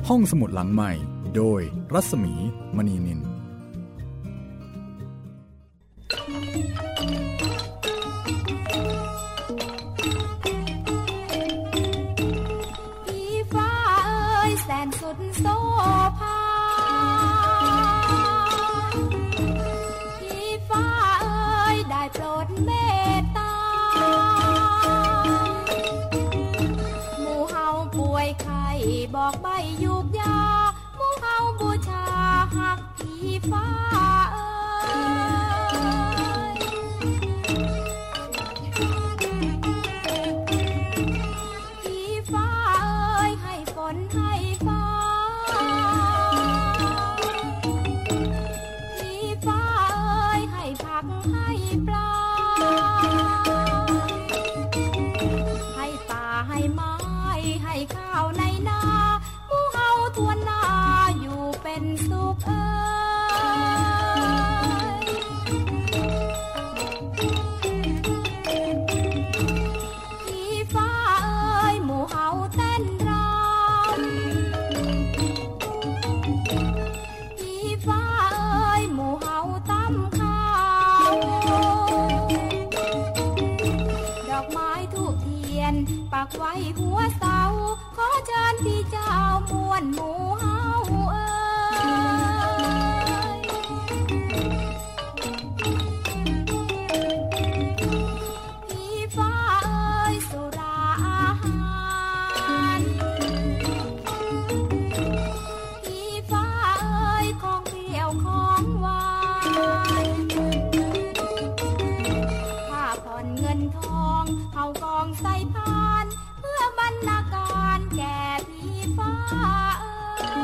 ห้องสมุดหลังใหม่โดยรัศมีมณีนินสุดโสภาพี่ฟ้าเอ๋ยได้โปรดเมตตาหมู่เฮาป่วยไข้บอกใบยุกยาหมู่เฮาบูชาหักพี่ฟ้าเอ๋ยพี่ฟ้าเอ๋ยให้ฝนให้ฟ้าให้ปลาให้ป่าให้ไม้ให้ข้าวในนาหมู่เฮาทั่วหน้าอยู่เป็นสุขเอ๋ยพี่ฟ้าเอ๋ยหมู่เฮาเต้นรำพี่ฟ้าเอ๋ยหมู่เฮาตำข้าวดอกไม้ทูบเทียนปักไว้หัวเสาขอเชิญพี่เจ้ามวลหมู่เฮาเอ๋ยพี่ฟ้าเอ๋ยสุราอาหารพี่ฟ้าเอ๋ยของเปรี้ยวของหวานผ้าผ่อนเงินทองเฮากองใส่พานเพื่อบรรณาการแก่พี่ฟ้าเอ๋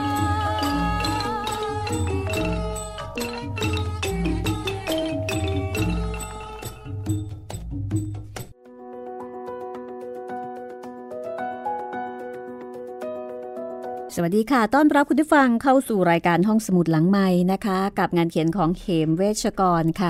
สวัสดีค่ะต้อนรับคุณผู้ฟังเข้าสู่รายการห้องสมุดหลังไมค์นะคะกับงานเขียนของเหมเวชกรค่ะ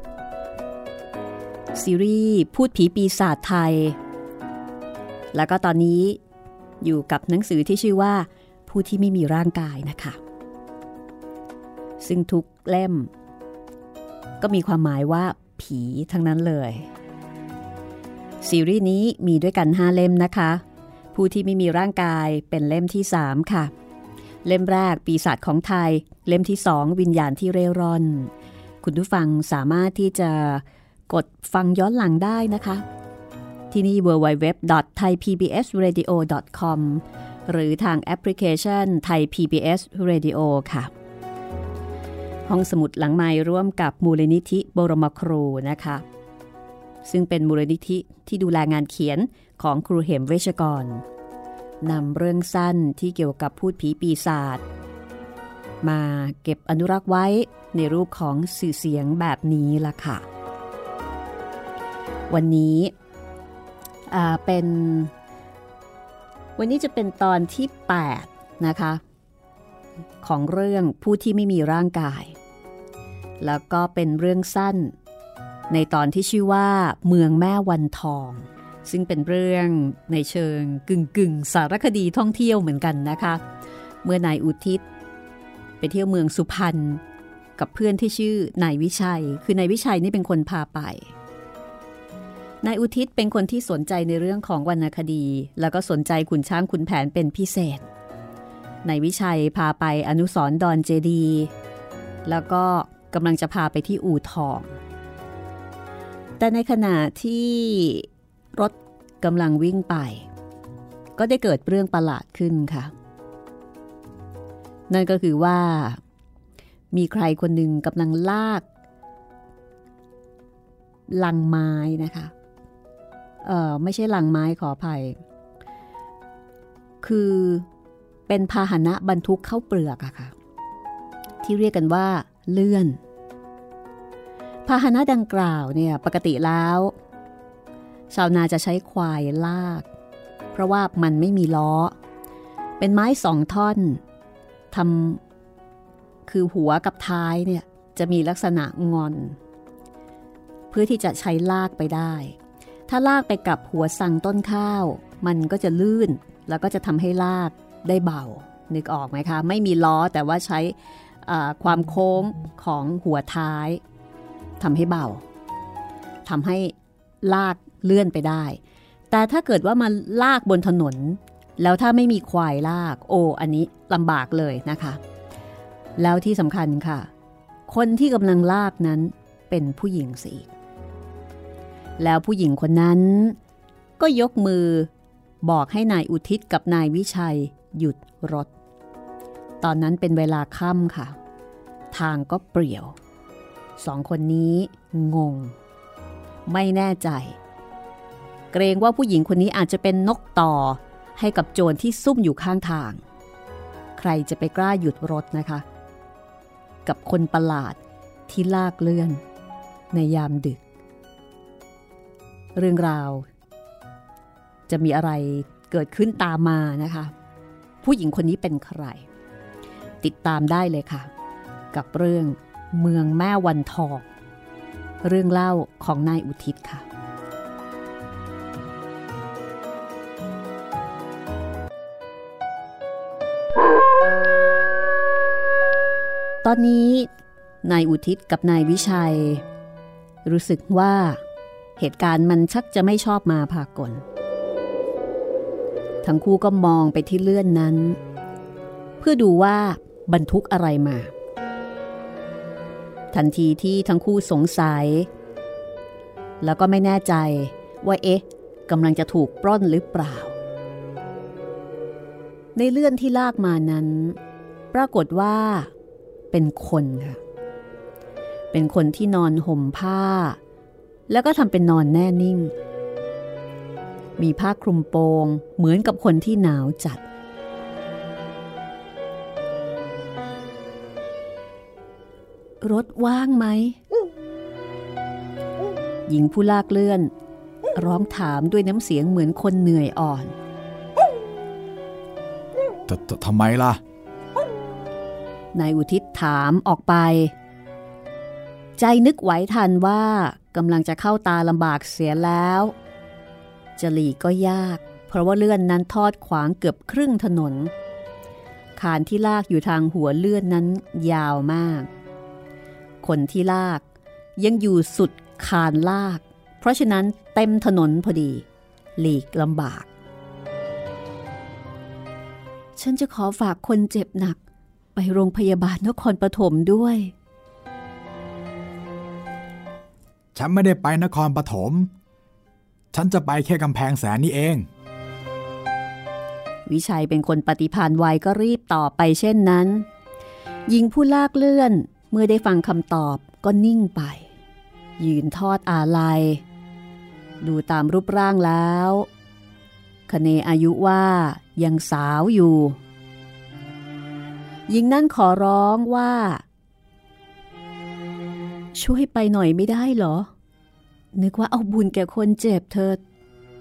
ซีรีส์พูดผีปีศาจไทยแล้วก็ตอนนี้อยู่กับหนังสือที่ชื่อว่าผู้ที่ไม่มีร่างกายนะคะซึ่งทุกเล่มก็มีความหมายว่าผีทั้งนั้นเลยซีรีส์นี้มีด้วยกัน5เล่มนะคะผู้ที่ไม่มีร่างกายเป็นเล่มที่3ค่ะเล่มแรกปีศาจของไทยเล่มที่2วิญญาณที่เร่ร่อนคุณผู้ฟังสามารถที่จะกดฟังย้อนหลังได้นะคะที่นี่ www.thaipbsradio.com หรือทางแอปพลิเคชัน Thai PBS Radio ค่ะห้องสมุดหลังไมค์ร่วมกับมูลนิธิบรมครูนะคะซึ่งเป็นมูลนิธิที่ดูแลงานเขียนของครูเหมเวชกรนำเรื่องสั้นที่เกี่ยวกับพูดผีปีศาจมาเก็บอนุรักษ์ไว้ในรูปของสื่อเสียงแบบนี้ล่ะค่ะวันนี้จะเป็นตอนที่8นะคะของเรื่องผู้ที่ไม่มีร่างกายแล้วก็เป็นเรื่องสั้นในตอนที่ชื่อว่าเมืองแม่วันทองซึ่งเป็นเรื่องในเชิงกึ่งสารคดีท่องเที่ยวเหมือนกันนะคะเมื่อนายอุทิศไปเที่ยวเมืองสุพรรณกับเพื่อนที่ชื่อนายวิชัยคือนายวิชัยนี่เป็นคนพาไปนายอุทิศเป็นคนที่สนใจในเรื่องของวรรณคดีแล้วก็สนใจขุนช้างขุนแผนเป็นพิเศษนายวิชัยพาไปอนุสรณ์ดอนเจดีแล้วก็กำลังจะพาไปที่อู่ทองแต่ในขณะที่รถกำลังวิ่งไปก็ได้เกิดเรื่องประหลาดขึ้นค่ะนั่นก็คือว่ามีใครคนหนึ่งกำลังลากลังไม้นะคะไม่ใช่ลังไม้ขออภัยคือเป็นพาหนะบรรทุกข้าวเปลือกอะค่ะที่เรียกกันว่าเลื่อนพาหนะดังกล่าวเนี่ยปกติแล้วชาวนาจะใช้ควายลากเพราะว่ามันไม่มีล้อเป็นไม้2ท่อนทำคือหัวกับท้ายเนี่ยจะมีลักษณะงอนเพื่อที่จะใช้ลากไปได้ถ้าลากไปกับหัวสังต้นข้าวมันก็จะลื่นแล้วก็จะทำให้ลากได้เบานึกออกไหมคะไม่มีล้อแต่ว่าใช้ความโค้งของหัวท้ายทำให้เบาทำให้ลากเลื่อนไปได้แต่ถ้าเกิดว่ามันลากบนถนนแล้วถ้าไม่มีควายลากอันนี้ลำบากเลยนะคะแล้วที่สำคัญค่ะคนที่กำลังลากนั้นเป็นผู้หญิงสิแล้วผู้หญิงคนนั้นก็ยกมือบอกให้นายอุทิศกับนายวิชัยหยุดรถตอนนั้นเป็นเวลาค่ำค่ะทางก็เปรี่ยวสองคนนี้งงไม่แน่ใจเกรงว่าผู้หญิงคนนี้อาจจะเป็นนกต่อให้กับโจรที่ซุ่มอยู่ข้างทางใครจะไปกล้าหยุดรถนะคะกับคนประหลาดที่ลากเลื่อนในยามดึกเรื่องราวจะมีอะไรเกิดขึ้นตามมานะคะผู้หญิงคนนี้เป็นใครติดตามได้เลยค่ะกับเรื่องเมืองแม่วันทองเรื่องเล่าของนายอุทิศค่ะตอนนี้นายอุทิศกับนายวิชัยรู้สึกว่าเหตุการณ์มันชักจะไม่ชอบมาพากลทั้งคู่ก็มองไปที่เลื่อนนั้นเพื่อดูว่าบรรทุกอะไรมาทันทีที่ทั้งคู่สงสัยแล้วก็ไม่แน่ใจว่ากำลังจะถูกปล้นหรือเปล่าในเลื่อนที่ลากมานั้นปรากฏว่าเป็นคนค่ะเป็นคนที่นอนห่มผ้าแล้วก็ทำเป็นนอนแน่นิ่งมีผ้าคลุมโปงเหมือนกับคนที่หนาวจัดรถว่างไหมหญิงผู้ลากเลื่อนร้องถามด้วยน้ำเสียงเหมือนคนเหนื่อยอ่อนทำไมล่ะนายอุทิศถามออกไปใจนึกไหวทันว่ากำลังจะเข้าตาลำบากเสียแล้วจะหลีกก็ยากเพราะว่าเลื่อนนั้นทอดขวางเกือบครึ่งถนนคานที่ลากอยู่ทางหัวเลื่อนนั้นยาวมากคนที่ลากยังอยู่สุดคานลากเพราะฉะนั้นเต็มถนนพอดีหลีกลำบากฉันจะขอฝากคนเจ็บหนักไปโรงพยาบาลนครปฐมด้วยฉันไม่ได้ไปนครปฐมฉันจะไปแค่กำแพงแสนนี่เองวิชัยเป็นคนปฏิภาณไวก็รีบตอบไปเช่นนั้นหญิงผู้ลากเลื่อนเมื่อได้ฟังคำตอบก็นิ่งไปยืนทอดอาลัยดูตามรูปร่างแล้วคเนอายุว่ายังสาวอยู่หญิงนั่นขอร้องว่าช่วยไปหน่อยไม่ได้เหรอนึกว่าเอาบุญแก่คนเจ็บเถิด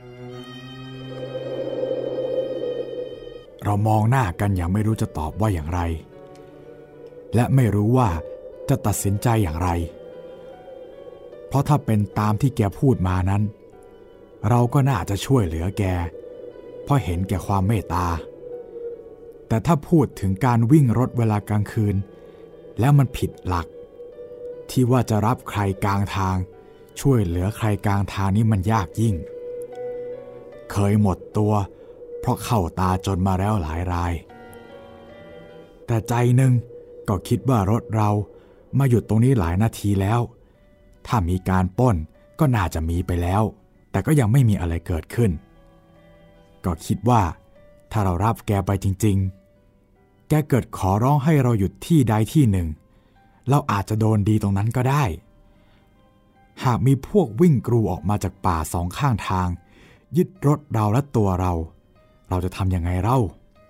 เรามองหน้ากันอย่างไม่รู้จะตอบว่าอย่างไรและไม่รู้ว่าจะตัดสินใจอย่างไรเพราะถ้าเป็นตามที่แกพูดมานั้นเราก็น่าจะช่วยเหลือแกเพราะเห็นแก่ความเมตตาแต่ถ้าพูดถึงการวิ่งรถเวลากลางคืนแล้วมันผิดหลักที่ว่าจะรับใครกลางทางช่วยเหลือใครกลางทางนี้มันยากยิ่งเคยหมดตัวเพราะเข้าตาจนมาแล้วหลายรายแต่ใจหนึ่งก็คิดว่ารถเรามาหยุดตรงนี้หลายนาทีแล้วถ้ามีการปล้นก็น่าจะมีไปแล้วแต่ก็ยังไม่มีอะไรเกิดขึ้นก็คิดว่าถ้าเรารับแกไปจริงๆแกเกิดขอร้องให้เราหยุดที่ใดที่หนึ่งเราอาจจะโดนดีตรงนั้นก็ได้หากมีพวกวิ่งกรูออกมาจากป่าสองข้างทางยึดรถเราและตัวเราจะทำยังไงเล่า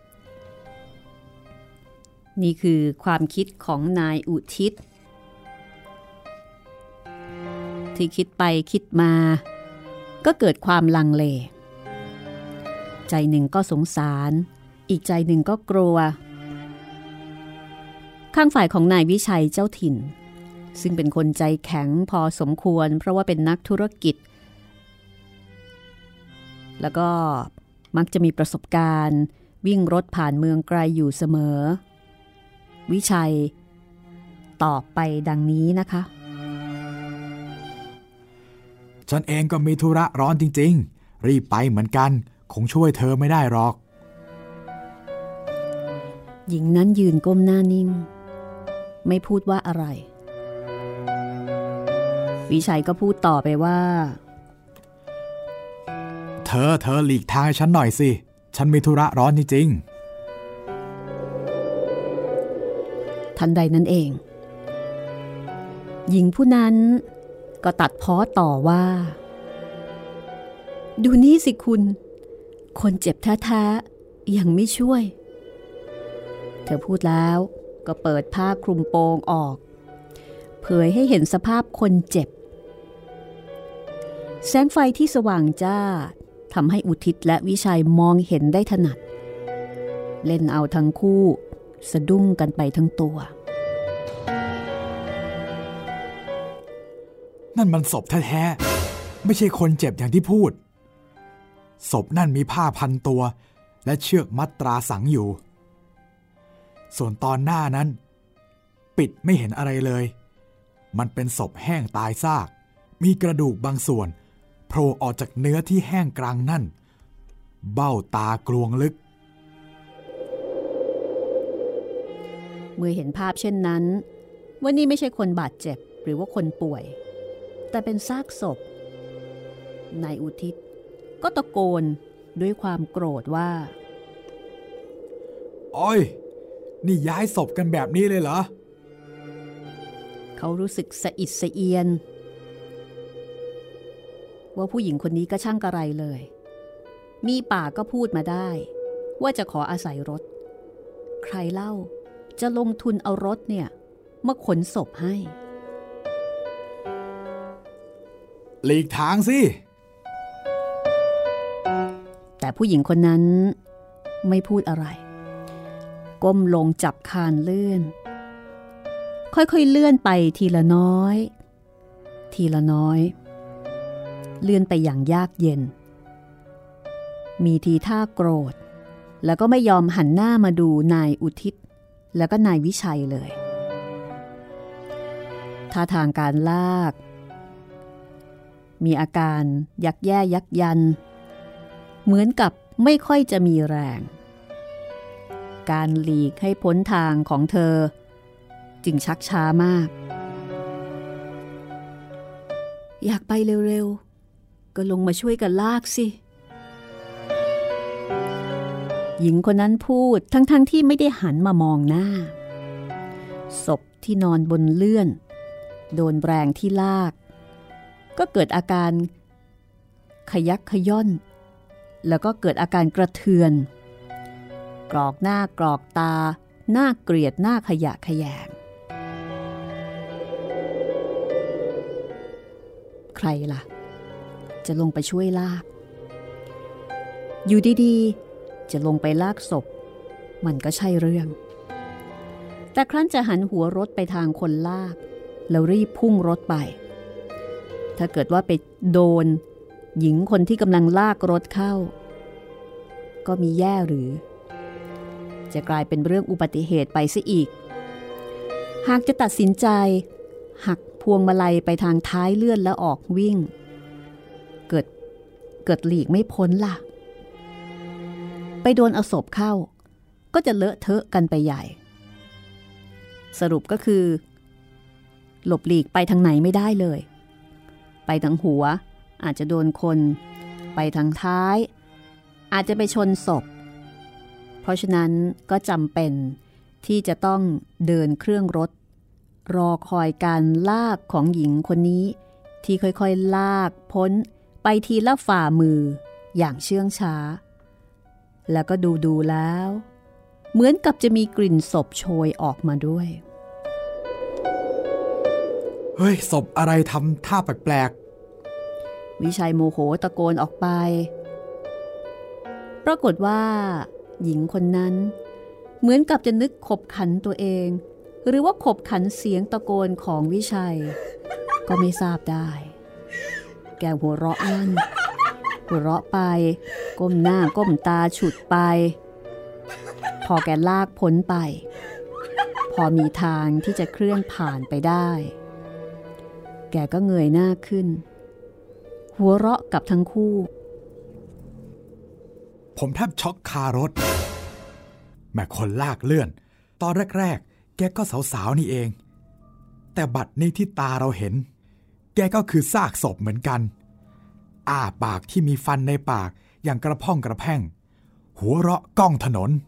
นี่คือความคิดของนายอุทิศที่คิดไปคิดมาก็เกิดความลังเลใจหนึ่งก็สงสารอีกใจหนึ่งก็กลัวข้างฝ่ายของนายวิชัยเจ้าถิ่นซึ่งเป็นคนใจแข็งพอสมควรเพราะว่าเป็นนักธุรกิจแล้วก็มักจะมีประสบการณ์วิ่งรถผ่านเมืองไกลอยู่เสมอวิชัยตอบไปดังนี้นะคะฉันเองก็มีธุระร้อนจริงๆรีบไปเหมือนกันคงช่วยเธอไม่ได้หรอกหญิงนั้นยืนก้มหน้านิ่งไม่พูดว่าอะไรวิชัยก็พูดต่อไปว่าเธอหลีกทางให้ฉันหน่อยสิฉันมีธุระร้อนจริงๆทันใดนั้นเองหญิงผู้นั้นก็ตัดพ้อต่อว่าดูนี่สิคุณคนเจ็บแท้ๆยังไม่ช่วยเธอพูดแล้วก็เปิดผ้าคลุมโปงออกเผยให้เห็นสภาพคนเจ็บแสงไฟที่สว่างจ้าทำให้อุทิศและวิชัยมองเห็นได้ถนัดเล่นเอาทั้งคู่สะดุ้งกันไปทั้งตัวนั่นมันศพแท้ๆไม่ใช่คนเจ็บอย่างที่พูดศพนั่นมีผ้าพันตัวและเชือกมัดตราสังอยู่ส่วนตอนหน้านั้นปิดไม่เห็นอะไรเลยมันเป็นศพแห้งตายซากมีกระดูกบางส่วนโผล่ออกจากเนื้อที่แห้งกรังนั่นเบ้าตากลวงลึกเมื่อเห็นภาพเช่นนั้นว่านี่ไม่ใช่คนบาดเจ็บหรือว่าคนป่วยแต่เป็นซากศพนายอุทิศก็ตะโกนด้วยความโกรธว่าโอ้ยนี่ย้ายศพกันแบบนี้เลยเหรอเขารู้สึกสะอิดสะเอียนว่าผู้หญิงคนนี้ก็ช่างกระไรเลยมีปากก็พูดมาได้ว่าจะขออาศัยรถใครเล่าจะลงทุนเอารถเนี่ยมาขนศพให้หลีกทางสิแต่ผู้หญิงคนนั้นไม่พูดอะไรก้มลงจับคานเลื่อนค่อยๆเลื่อนไปทีละน้อยทีละน้อยเลื่อนไปอย่างยากเย็นมีทีท่าโกรธแล้วก็ไม่ยอมหันหน้ามาดูนายอุทิศแล้วก็นายวิชัยเลยท่าทางการลากมีอาการยักแย่ยักยันเหมือนกับไม่ค่อยจะมีแรงการหลีกให้พ้นทางของเธอจึงชักช้ามากอยากไปเร็วๆก็ลงมาช่วยกันลากสิหญิงคนนั้นพูดทั้งที่ไม่ได้หันมามองหน้าศพที่นอนบนเลื่อนโดนแรงที่ลากก็เกิดอาการขยักขย่อนแล้วก็เกิดอาการกระเทือนกรอกหน้ากรอกตาหน้าเกลียดหน้าขยะแขยงใครล่ะจะลงไปช่วยลากอยู่ดีๆจะลงไปลากศพมันก็ใช่เรื่องแต่ครั้นจะหันหัวรถไปทางคนลากแล้วรีบพุ่งรถไปถ้าเกิดว่าไปโดนหญิงคนที่กำลังลากรถเข้าก็มีแย่หรือจะกลายเป็นเรื่องอุบัติเหตุไปซะอีกหากจะตัดสินใจหักพวงมาลัยไปทางท้ายเลื่อนแล้วออกวิ่งเกิดหลีกไม่พ้นล่ะไปโดนเอาศพเข้าก็จะเลอะเทอะกันไปใหญ่สรุปก็คือหลบหลีกไปทางไหนไม่ได้เลยไปทางหัวอาจจะโดนคนไปทางท้ายอาจจะไปชนศพเพราะฉะนั้นก็จำเป็นที่จะต้องเดินเครื่องรถรอคอยการลากของหญิงคนนี้ที่ค่อยๆลากพ้นไปทีละฝ่ามืออย่างเชื่องช้าแล้วก็ดูแล้วเหมือนกับจะมีกลิ่นศพโชยออกมาด้วยเฮ้ยศพอะไรทำท่าแปลกๆวิชัยโมโหตะโกนออกไปปรากฏว่าหญิงคนนั้นเหมือนกับจะนึกขบขันตัวเองหรือว่าขบขันเสียงตะโกนของวิชัยก็ไม่ทราบได้แกหัวเราะลั่นหัวเราะไปก้มหน้าก้มตาฉุดไปพอแกลากพ้นไปพอมีทางที่จะเคลื่อนผ่านไปได้แกก็เงยหน้าขึ้นหัวเราะกับทั้งคู่ผมแทบช็อกคารถแม่คนลากเลื่อนตอนแรกๆแกก็สาวๆนี่เองแต่บัดนี้ที่ตาเราเห็นแกก็คือซากศพเหมือนกันอ้าปากที่มีฟันในปากอย่างกระพ่องกระแพ่งหัวเราะก้องถนน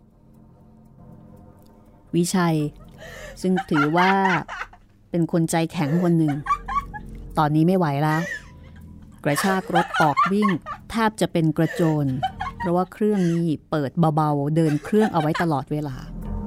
วิชัยซึ่งถือว่าเป็นคนใจแข็งคนหนึ่งตอนนี้ไม่ไหวแล้วกระชากรถออกวิ่งแทบจะเป็นกระโจนเพราะว่าเครื่องนี้เปิดเบาๆเดินเครื่องเอาไว้ตลอดเวลา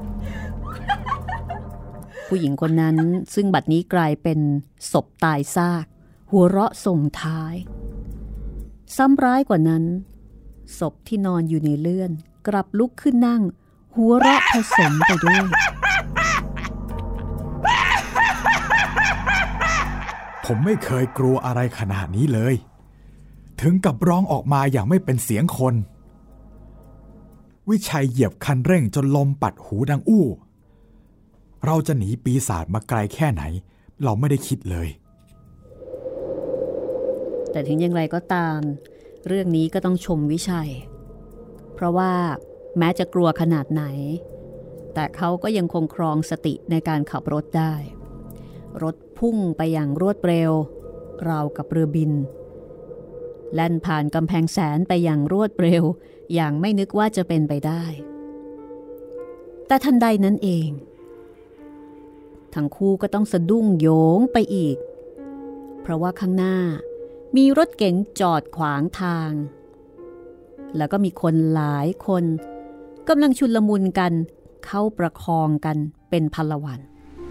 ผู้หญิงคนนั้นซึ่งบัดนี้กลายเป็นศพตายซากหัวเราะส่งท้ายซ้ำร้ายกว่านั้นศพที่นอนอยู่ในเลื่อนกลับลุกขึ้นนั่งหัวเราะผสมไปด้วยผมไม่เคยกลัวอะไรขนาดนี้เลยถึงกับร้องออกมาอย่างไม่เป็นเสียงคนวิชัยเหยียบคันเร่งจนลมปัดหูดังอู้เราจะหนีปีศาจมาไกลแค่ไหนเราไม่ได้คิดเลยแต่ถึงอย่างไรก็ตามเรื่องนี้ก็ต้องชมวิชัยเพราะว่าแม้จะกลัวขนาดไหนแต่เขาก็ยังคงครองสติในการขับรถได้รถพุ่งไปอย่างรวดเร็วราวกับเรือบินแล่นผ่านกำแพงแสนไปอย่างรวดเร็วอย่างไม่นึกว่าจะเป็นไปได้แต่ทันใดนั้นเองทั้งคู่ก็ต้องสะดุ้งโยงไปอีกเพราะว่าข้างหน้ามีรถเก๋งจอดขวางทางแล้วก็มีคนหลายคนกำลังชุลมุนกันเข้าประคองกันเป็นพลวัน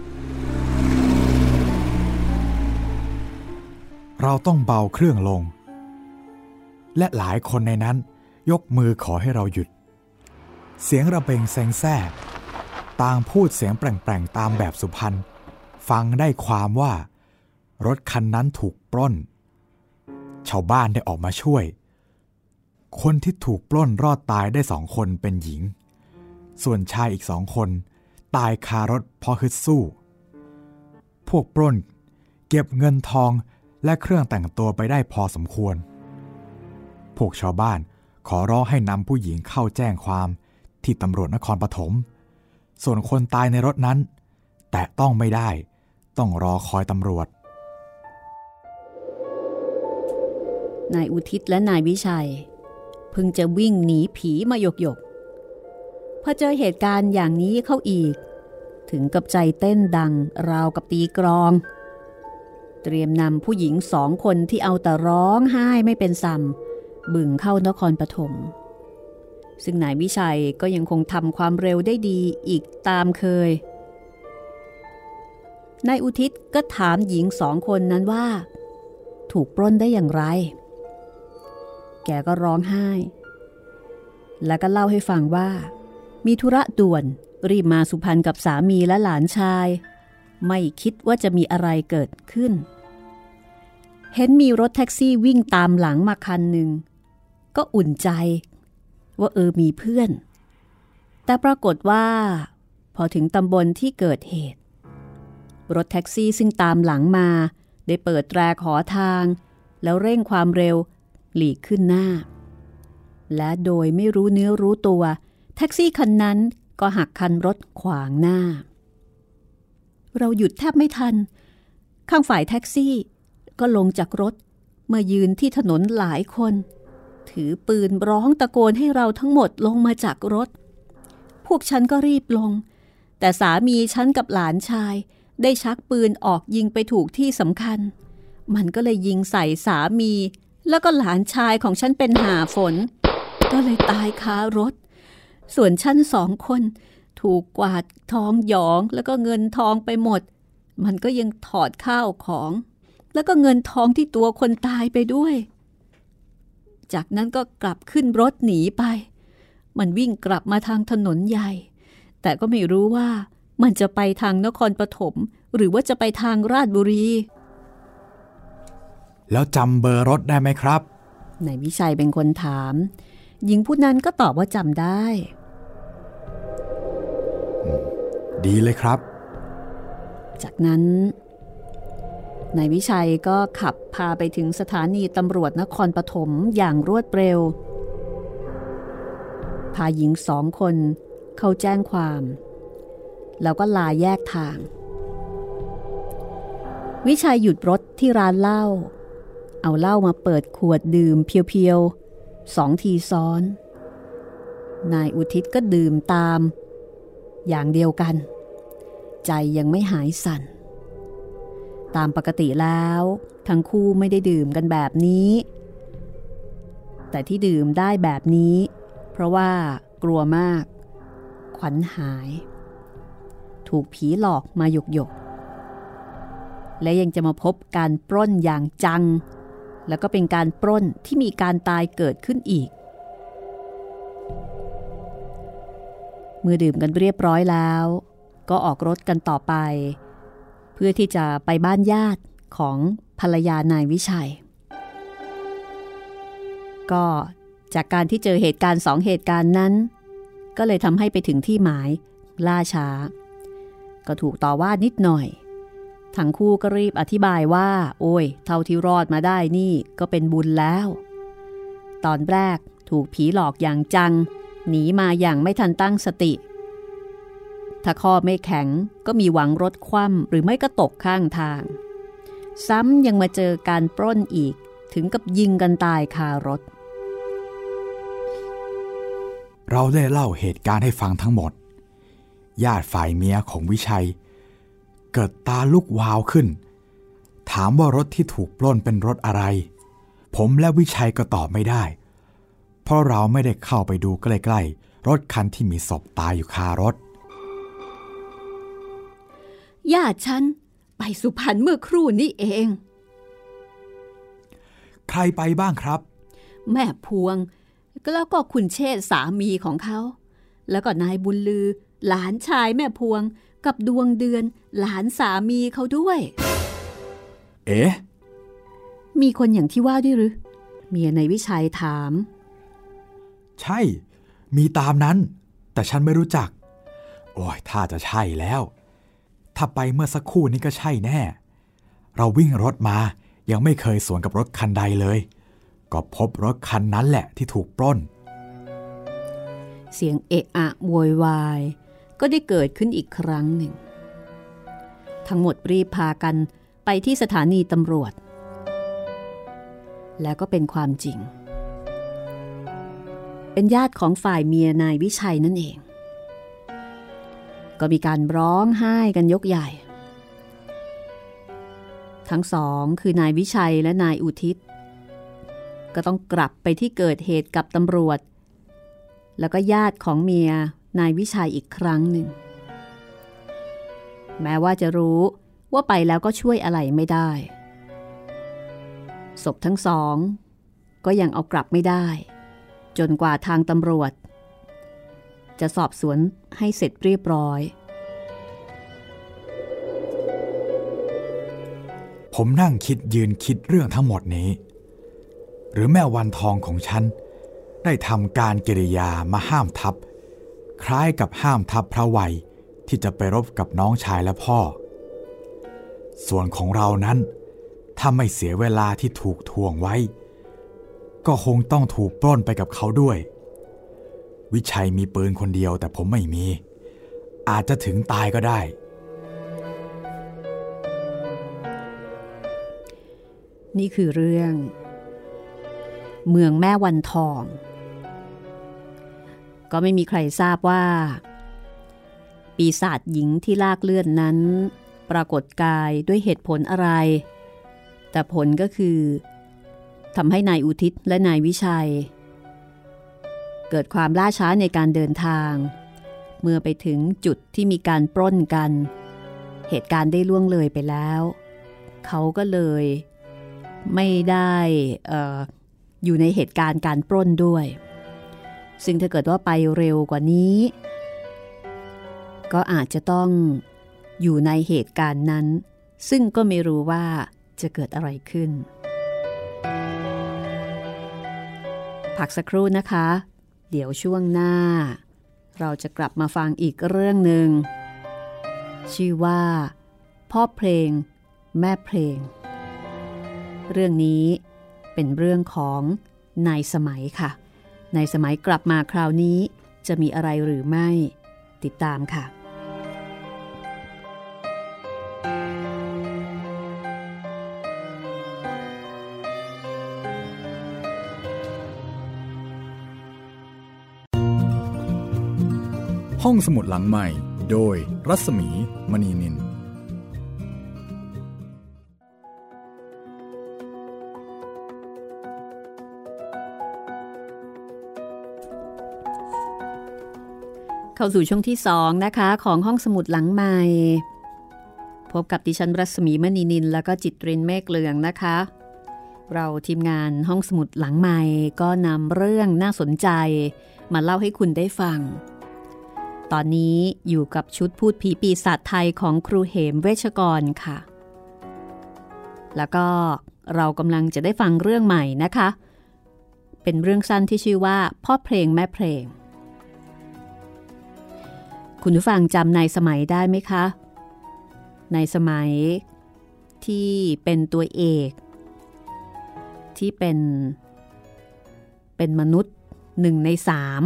เราต้องเบาเครื่องลงและหลายคนในนั้นยกมือขอให้เราหยุดเสียงระเบงแซงแซ่ต่างพูดเสียงแปลงๆตามแบบสุพรรณฟังได้ความว่ารถคันนั้นถูกปล้นชาวบ้านได้ออกมาช่วยคนที่ถูกปล้นรอดตายได้2 คนเป็นหญิงส่วนชายอีก2 คนตายคารถเพราะฮึดสู้พวกปล้นเก็บเงินทองและเครื่องแต่งตัวไปได้พอสมควรพวกชาวบ้านขอร้องให้นำผู้หญิงเข้าแจ้งความที่ตำรวจนครปฐมส่วนคนตายในรถนั้นแตะต้องไม่ได้ต้องรอคอยตำรวจนายอุทิศและนายวิชัยเพิ่งจะวิ่งหนีผีมาหยกพอเจอเหตุการณ์อย่างนี้เข้าอีกถึงกับใจเต้นดังราวกับตีกลองเตรียมนำผู้หญิง2 คนที่เอาแต่ร้องไห้ไม่เป็นซ้ำบึ่งเข้านครปฐมซึ่งนายวิชัยก็ยังคงทำความเร็วได้ดีอีกตามเคยนายอุทิศก็ถามหญิง2 คนนั้นว่าถูกปล้นได้อย่างไรแกก็ร้องไห้แล้วก็เล่าให้ฟังว่ามีธุระด่วนรีบมาสุพรรณกับสามีและหลานชายไม่คิดว่าจะมีอะไรเกิดขึ้นเห็นมีรถแท็กซี่วิ่งตามหลังมาคันหนึ่งก็อุ่นใจว่ามีเพื่อนแต่ปรากฏว่าพอถึงตำบลที่เกิดเหตุรถแท็กซี่ซึ่งตามหลังมาได้เปิดแตรขอทางแล้วเร่งความเร็วหลีกขึ้นหน้าและโดยไม่รู้เนื้อรู้ตัวแท็กซี่คันนั้นก็หักคันรถขวางหน้าเราหยุดแทบไม่ทันข้างฝ่ายแท็กซี่ก็ลงจากรถมายืนที่ถนนหลายคนถือปืนร้องตะโกนให้เราทั้งหมดลงมาจากรถพวกฉันก็รีบลงแต่สามีฉันกับหลานชายได้ชักปืนออกยิงไปถูกที่สำคัญมันก็เลยยิงใส่สามีแล้วก็หลานชายของฉันเป็นห่าฝนก็เลยตายคารถส่วนฉัน2 คนถูกกวาดทองหยองแล้วก็เงินทองไปหมดมันก็ยังถอดข้าวของแล้วก็เงินทองที่ตัวคนตายไปด้วยจากนั้นก็กลับขึ้นรถหนีไปมันวิ่งกลับมาทางถนนใหญ่แต่ก็ไม่รู้ว่ามันจะไปทางนครปฐมหรือว่าจะไปทางราชบุรีแล้วจำเบอร์รถได้ไหมครับนายวิชัยเป็นคนถามหญิงผู้นั้นก็ตอบว่าจำได้ดีเลยครับจากนั้นนายวิชัยก็ขับพาไปถึงสถานีตำรวจนครปฐมอย่างรวดเร็วพาหญิง2 คนเข้าแจ้งความแล้วก็ลาแยกทางวิชัยหยุดรถที่ร้านเหล้าเอาเหล้ามาเปิดขวดดื่มเพียวๆ2 ทีซ้อนนายอุทิศก็ดื่มตามอย่างเดียวกันใจยังไม่หายสั่นตามปกติแล้วทั้งคู่ไม่ได้ดื่มกันแบบนี้แต่ที่ดื่มได้แบบนี้เพราะว่ากลัวมากขวัญหายถูกผีหลอกมาหยกและยังจะมาพบการปล้นอย่างจังแล้วก็เป็นการปล้นที่มีการตายเกิดขึ้นอีกเมื่อดื่มกันเรียบร้อยแล้วก็ออกรถกันต่อไปเพื่อที่จะไปบ้านญาติของภรรยานายวิชัยก็จากการที่เจอเหตุการณ์2 เหตุการณ์นั้นก็เลยทำให้ไปถึงที่หมายล่าช้าก็ถูกต่อว่านิดหน่อยทั้งคู่ก็รีบอธิบายว่าโอ้ยเท่าที่รอดมาได้นี่ก็เป็นบุญแล้วตอนแรกถูกผีหลอกอย่างจังหนีมาอย่างไม่ทันตั้งสติถ้าข้อไม่แข็งก็มีหวังรถคว่ำหรือไม่ก็ตกข้างทางซ้ำยังมาเจอการปล้นอีกถึงกับยิงกันตายคารถเราได้เล่าเหตุการณ์ให้ฟังทั้งหมดญาติฝ่ายเมียของวิชัยเกิดตาลุกวาวขึ้นถามว่ารถที่ถูกปล้นเป็นรถอะไรผมและวิชัยก็ตอบไม่ได้เพราะเราไม่ได้เข้าไปดูใกล้ๆรถคันที่มีศพตายอยู่คารถญาติฉันไปสุพรรณเมื่อครู่นี้เองใครไปบ้างครับแม่พวงแล้วก็คุณเชษฐ์สามีของเขาแล้วก็นายบุญลือหลานชายแม่พวงกับดวงเดือนหลานสามีเขาด้วยเอ๊ะมีคนอย่างที่ว่าด้วยหรือเมียนายวิชัยถามใช่มีตามนั้นแต่ฉันไม่รู้จักโอ้ยถ้าจะใช่แล้วถ้าไปเมื่อสักครู่นี้ก็ใช่แน่เราวิ่งรถมายังไม่เคยสวนกับรถคันใดเลยก็พบรถคันนั้นแหละที่ถูกปล้นเสียงเอะอะโวยวายก็ได้เกิดขึ้นอีกครั้งหนึ่งทั้งหมดรีบพากันไปที่สถานีตำรวจแล้วก็เป็นความจริงเป็นญาติของฝ่ายเมียนายวิชัยนั่นเองก็มีการร้องไห้กันยกใหญ่ทั้ง2คือนายวิชัยและนายอุทิศก็ต้องกลับไปที่เกิดเหตุกับตำรวจแล้วก็ญาติของเมียนายวิชัยอีกครั้งหนึ่งแม้ว่าจะรู้ว่าไปแล้วก็ช่วยอะไรไม่ได้ศพทั้ง2ก็ยังเอากลับไม่ได้จนกว่าทางตำรวจจะสอบสวนให้เสร็จเรียบร้อยผมนั่งยืนคิดเรื่องทั้งหมดนี้หรือแม่วันทองของฉันได้ทำการกิริยามาห้ามทัพคล้ายกับห้ามทัพพระวัยที่จะไปรบกับน้องชายและพ่อส่วนของเรานั้นถ้าไม่เสียเวลาที่ถูกทวงไว้ก็คงต้องถูกปล้นไปกับเขาด้วยวิชัยมีปืนคนเดียวแต่ผมไม่มีอาจจะถึงตายก็ได้นี่คือเรื่องเมืองแม่วันทองก็ไม่มีใครทราบว่าปีศาจหญิงที่ลากเลือดนั้นปรากฏกายด้วยเหตุผลอะไรแต่ผลก็คือทำให้นายอุทิศและนายวิชัยเกิดความล่าช้าในการเดินทางเมื่อไปถึงจุดที่มีการปล้นกันเหตุการณ์ได้ล่วงเลยไปแล้วเขาก็เลยไม่ได้อยู่ในเหตุการณ์การปล้นด้วยซึ่งถ้าเกิดว่าไปเร็วกว่านี้ก็อาจจะต้องอยู่ในเหตุการณ์นั้นซึ่งก็ไม่รู้ว่าจะเกิดอะไรขึ้นพักสักครู่นะคะเดี๋ยวช่วงหน้าเราจะกลับมาฟังอีกเรื่องหนึ่งชื่อว่าพ่อเพลงแม่เพลงเรื่องนี้เป็นเรื่องของนายสมัยค่ะนายสมัยกลับมาคราวนี้จะมีอะไรหรือไม่ติดตามค่ะห้องสมุดหลังใหม่โดยรัศมีมณีนินเข้าสู่ช่วงที่2นะคะของห้องสมุดหลังใหม่พบกับดิฉันรัศมีมณีนินแล้วก็จิตรินเมฆเหลืองนะคะเราทีมงานห้องสมุดหลังใหม่ก็นำเรื่องน่าสนใจมาเล่าให้คุณได้ฟังตอนนี้อยู่กับชุดพูดผีปีศาจไทยของครูเหมเวชกรค่ะแล้วก็เรากำลังจะได้ฟังเรื่องใหม่นะคะเป็นเรื่องสั้นที่ชื่อว่าพ่อเพลงแม่เพลงคุณผู้ฟังจำนายสมัยได้ไหมคะนายสมัยที่เป็นตัวเอกที่เป็นมนุษย์1 ใน 3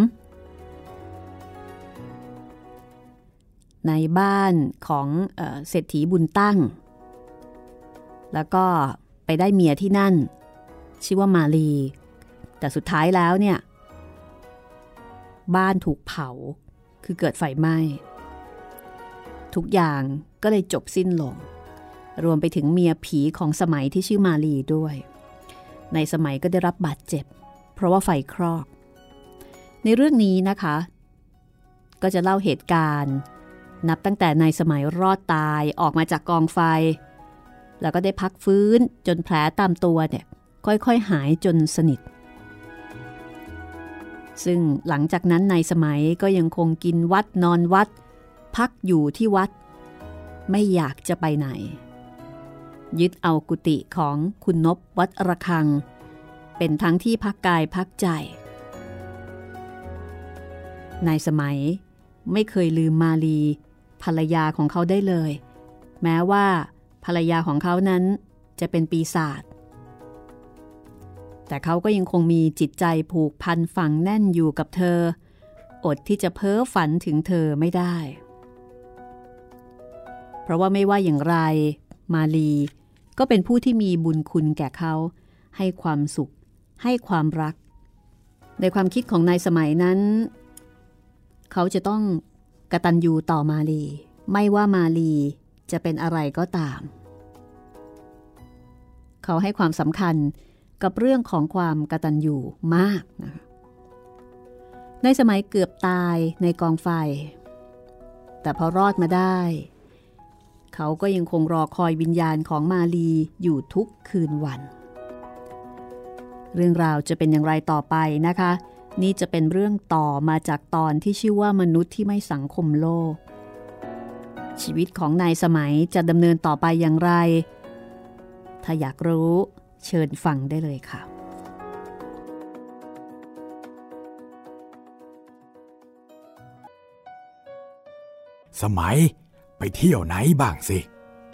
ในบ้านของเศรษฐีบุญตั้งแล้วก็ไปได้เมียที่นั่นชื่อว่ามาลีแต่สุดท้ายแล้วเนี่ยบ้านถูกเผาคือเกิดไฟไหม้ทุกอย่างก็เลยจบสิ้นลงรวมไปถึงเมียผีของสมัยที่ชื่อมาลีด้วยในสมัยก็ได้รับบาดเจ็บเพราะว่าไฟคลอกในเรื่องนี้นะคะก็จะเล่าเหตุการณ์นับตั้งแต่ในสมัยรอดตายออกมาจากกองไฟแล้วก็ได้พักฟื้นจนแผลตามตัวเนี่ยค่อยๆหายจนสนิทซึ่งหลังจากนั้นในสมัยก็ยังคงกินวัดนอนวัดพักอยู่ที่วัดไม่อยากจะไปไหนยึดเอากุฏิของคุณนพวัดระฆังเป็นทั้งที่พักกายพักใจในสมัยไม่เคยลืมมาลีภรรยาของเขาได้เลยแม้ว่าภรรยาของเขานั้นจะเป็นปีศาจแต่เขาก็ยังคงมีจิตใจผูกพันฝังแน่นอยู่กับเธออดที่จะเพ้อฝันถึงเธอไม่ได้เพราะว่าไม่ว่าอย่างไรมาลีก็เป็นผู้ที่มีบุญคุณแก่เขาให้ความสุขให้ความรักในความคิดของนายสมัยนั้นเขาจะต้องกตัญญูต่อมาลีไม่ว่ามาลีจะเป็นอะไรก็ตามเขาให้ความสำคัญกับเรื่องของความกตัญญูมากนะคะในสมัยเกือบตายในกองไฟแต่พอรอดมาได้เขาก็ยังคงรอคอยวิญญาณของมาลีอยู่ทุกคืนวันเรื่องราวจะเป็นอย่างไรต่อไปนะคะนี่จะเป็นเรื่องต่อมาจากตอนที่ชื่อว่ามนุษย์ที่ไม่สังคมโลกชีวิตของนายสมัยจะดำเนินต่อไปอย่างไรถ้าอยากรู้เชิญฟังได้เลยค่ะสมัยไปเที่ยวไหนบ้างสิ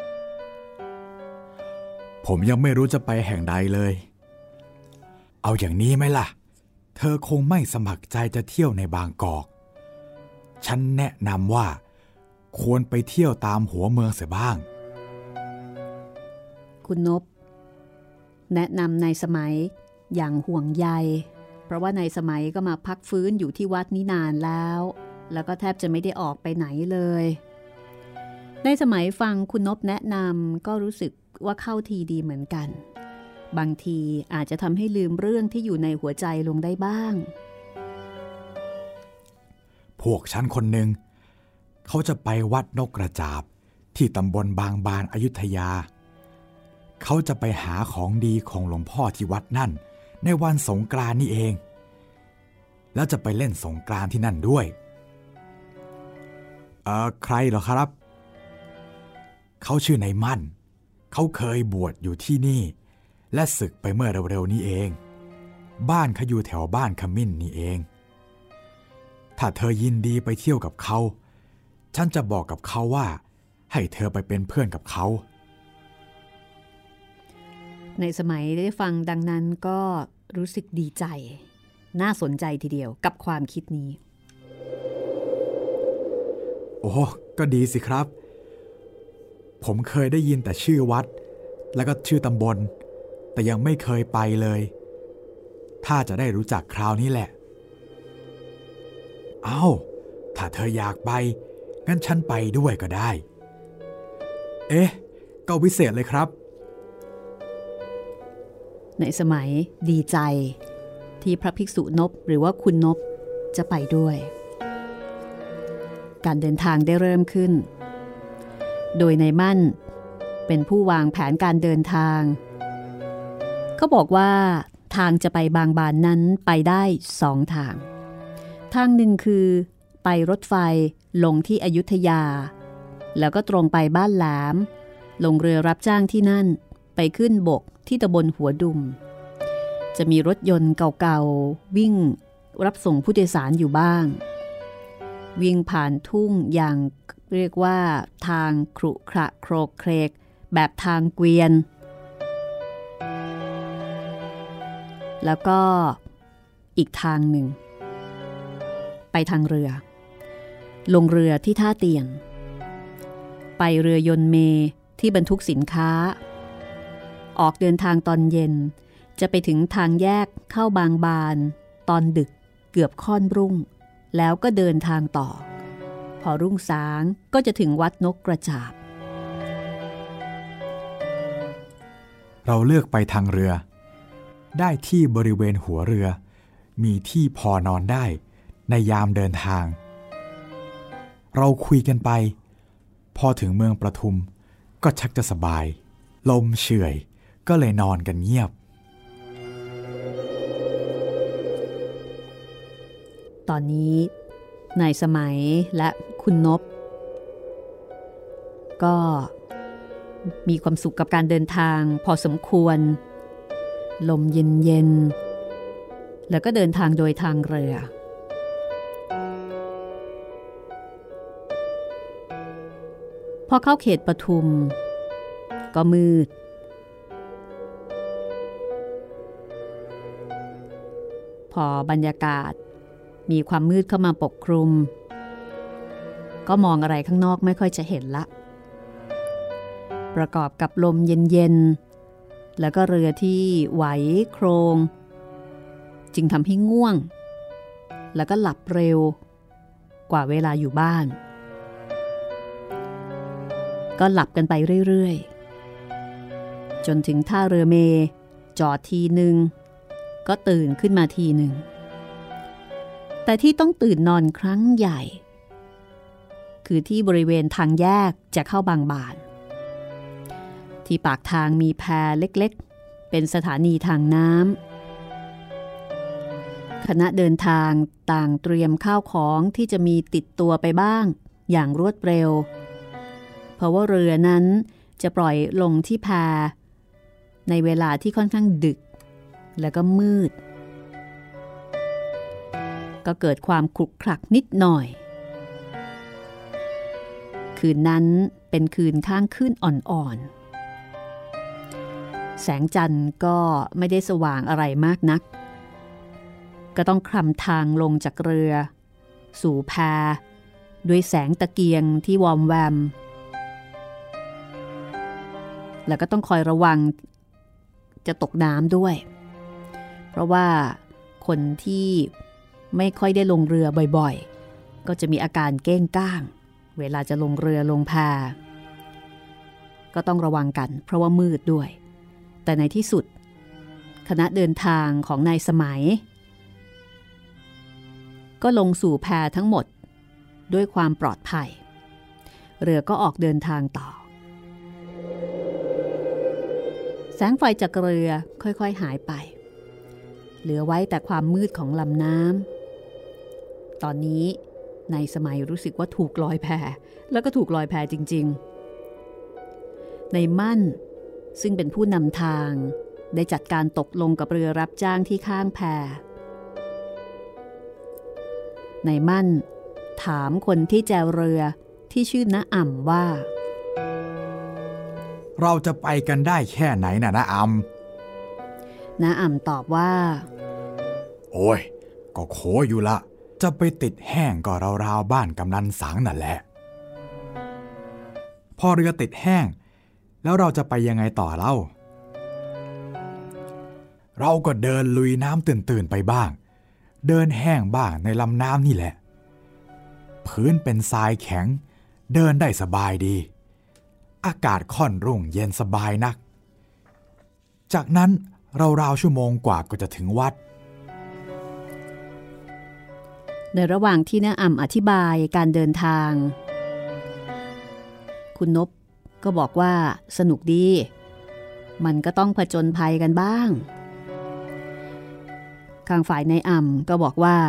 ผมยังไม่รู้จะไปแห่งใดเลยเอาอย่างนี้ไหมล่ะเธอคงไม่สมัครใจจะเที่ยวในบางกอกฉันแนะนำว่าควรไปเที่ยวตามหัวเมืองเสียบ้างคุณนพแนะนำนายสมัยอย่างห่วงใยเพราะว่านายสมัยก็มาพักฟื้นอยู่ที่วัดนี้นานแล้วก็แทบจะไม่ได้ออกไปไหนเลยนายสมัยฟังคุณนพแนะนำก็รู้สึกว่าเข้าทีดีเหมือนกันบางทีอาจจะทำให้ลืมเรื่องที่อยู่ในหัวใจลงได้บ้างพวกฉันคนหนึ่งเขาจะไปวัดนกกระจาบที่ตำบลบางบานอยุธยาเขาจะไปหาของดีของหลวงพ่อที่วัดนั่นในวันสงกรานต์นี่เองแล้วจะไปเล่นสงกรานต์ที่นั่นด้วยใครเหรอครับเขาชื่อนายมั่นเขาเคยบวชอยู่ที่นี่และศึกไปเมื่อเร็วๆนี้เองบ้านเขาอยู่แถวบ้านขมิ้นนี่เองถ้าเธอยินดีไปเที่ยวกับเขาฉันจะบอกกับเขาว่าให้เธอไปเป็นเพื่อนกับเขาในสมัยได้ฟังดังนั้นก็รู้สึกดีใจน่าสนใจทีเดียวกับความคิดนี้โอ้ก็ดีสิครับผมเคยได้ยินแต่ชื่อวัดแล้วก็ชื่อตำบลแต่ยังไม่เคยไปเลยถ้าจะได้รู้จักคราวนี้แหละเอ้าถ้าเธออยากไปงั้นฉันไปด้วยก็ได้เอ๊ะก็วิเศษเลยครับในสมัยดีใจที่พระภิกษุนพหรือว่าคุณนพจะไปด้วยการเดินทางได้เริ่มขึ้นโดยนายมั่นเป็นผู้วางแผนการเดินทางเขาบอกว่าทางจะไปบางบานนั้นไปได้2 ทางทางหนึ่งคือไปรถไฟลงที่อยุธยาแล้วก็ตรงไปบ้านแหลมลงเรือรับจ้างที่นั่นไปขึ้นบกที่ตำบลหัวดุมจะมีรถยนต์เก่าๆวิ่งรับส่งผู้โดยสารอยู่บ้างวิ่งผ่านทุ่งอย่างเรียกว่าทางขรุขระโครกเครกแบบทางเกวียนแล้วก็อีกทางหนึ่งไปทางเรือลงเรือที่ท่าเตียนไปเรือยนต์เมที่บรรทุกสินค้าออกเดินทางตอนเย็นจะไปถึงทางแยกเข้าบางบานตอนดึกเกือบค่อนรุ่งแล้วก็เดินทางต่อพอรุ่งสางก็จะถึงวัดนกกระจาบเราเลือกไปทางเรือได้ที่บริเวณหัวเรือมีที่พอนอนได้ในยามเดินทางเราคุยกันไปพอถึงเมืองประทุมก็ชักจะสบายลมเฉื่อยก็เลยนอนกันเงียบตอนนี้นายสมัยและคุณนพก็มีความสุขกับการเดินทางพอสมควรลมเย็นๆแล้วก็เดินทางโดยทางเรือพอเข้าเขตปทุมก็มืดพอบรรยากาศมีความมืดเข้ามาปกคลุมก็มองอะไรข้างนอกไม่ค่อยจะเห็นละประกอบกับลมเย็นๆแล้วก็เรือที่ไหวโครงจึงทำให้ง่วงแล้วก็หลับเร็วกว่าเวลาอยู่บ้านก็หลับกันไปเรื่อยๆจนถึงท่าเรือเมจอดทีหนึ่งก็ตื่นขึ้นมาทีหนึ่งแต่ที่ต้องตื่นนอนครั้งใหญ่คือที่บริเวณทางแยกจะเข้าบางบานที่ปากทางมีแพเล็กๆเป็นสถานีทางน้ำคณะเดินทางต่างเตรียมข้าวของที่จะมีติดตัวไปบ้างอย่างรวดเร็วเพราะว่าเรือนั้นจะปล่อยลงที่แพในเวลาที่ค่อนข้างดึกแล้วก็มืดก็เกิดความขรุขระนิดหน่อยคืนนั้นเป็นคืนข้างขึ้นอ่อนๆแสงจันทร์ก็ไม่ได้สว่างอะไรมากนักก็ต้องคลำทางลงจากเรือสู่แพด้วยแสงตะเกียงที่วอมแวมแล้วก็ต้องคอยระวังจะตกน้ำด้วยเพราะว่าคนที่ไม่ค่อยได้ลงเรือบ่อยๆก็จะมีอาการเก้งก้างเวลาจะลงเรือลงแพก็ต้องระวังกันเพราะว่ามืดด้วยแต่ในที่สุดคณะเดินทางของนายสมัยก็ลงสู่แพทั้งหมดด้วยความปลอดภัยเรือก็ออกเดินทางต่อแสงไฟจากเรือค่อยๆหายไปเหลือไว้แต่ความมืดของลำน้ำตอนนี้นายสมัยรู้สึกว่าถูกลอยแพแล้วก็ถูกลอยแพจริงๆนายมั่นซึ่งเป็นผู้นำทางได้จัดการตกลงกับเรือรับจ้างที่ข้างแพนายมั่นถามคนที่แจวเรือที่ชื่อน้าอ่ำว่าเราจะไปกันได้แค่ไหนน่ะน้าอ่ำน้าอ่ำตอบว่าโอ้ยก็โขอยู่ละจะไปติดแห้งก็ราวๆบ้านกำนันสังนั่นแหละพอเรือติดแห้งแล้วเราจะไปยังไงต่อเล่าเราก็เดินลุยน้ำตื่นๆไปบ้างเดินแห้งบ้างในลำน้ำนี่แหละพื้นเป็นทรายแข็งเดินได้สบายดีอากาศค่อนรุ่งเย็นสบายนักจากนั้นราวๆชั่วโมงกว่าก็จะถึงวัดในระหว่างที่น้าอ่ำอธิบายการเดินทางคุณนพก็บอกว่าสนุกดีมันก็ต้องผจญภัยกันบ้างข้างฝ่ายนายอ่ำก็บอกว่า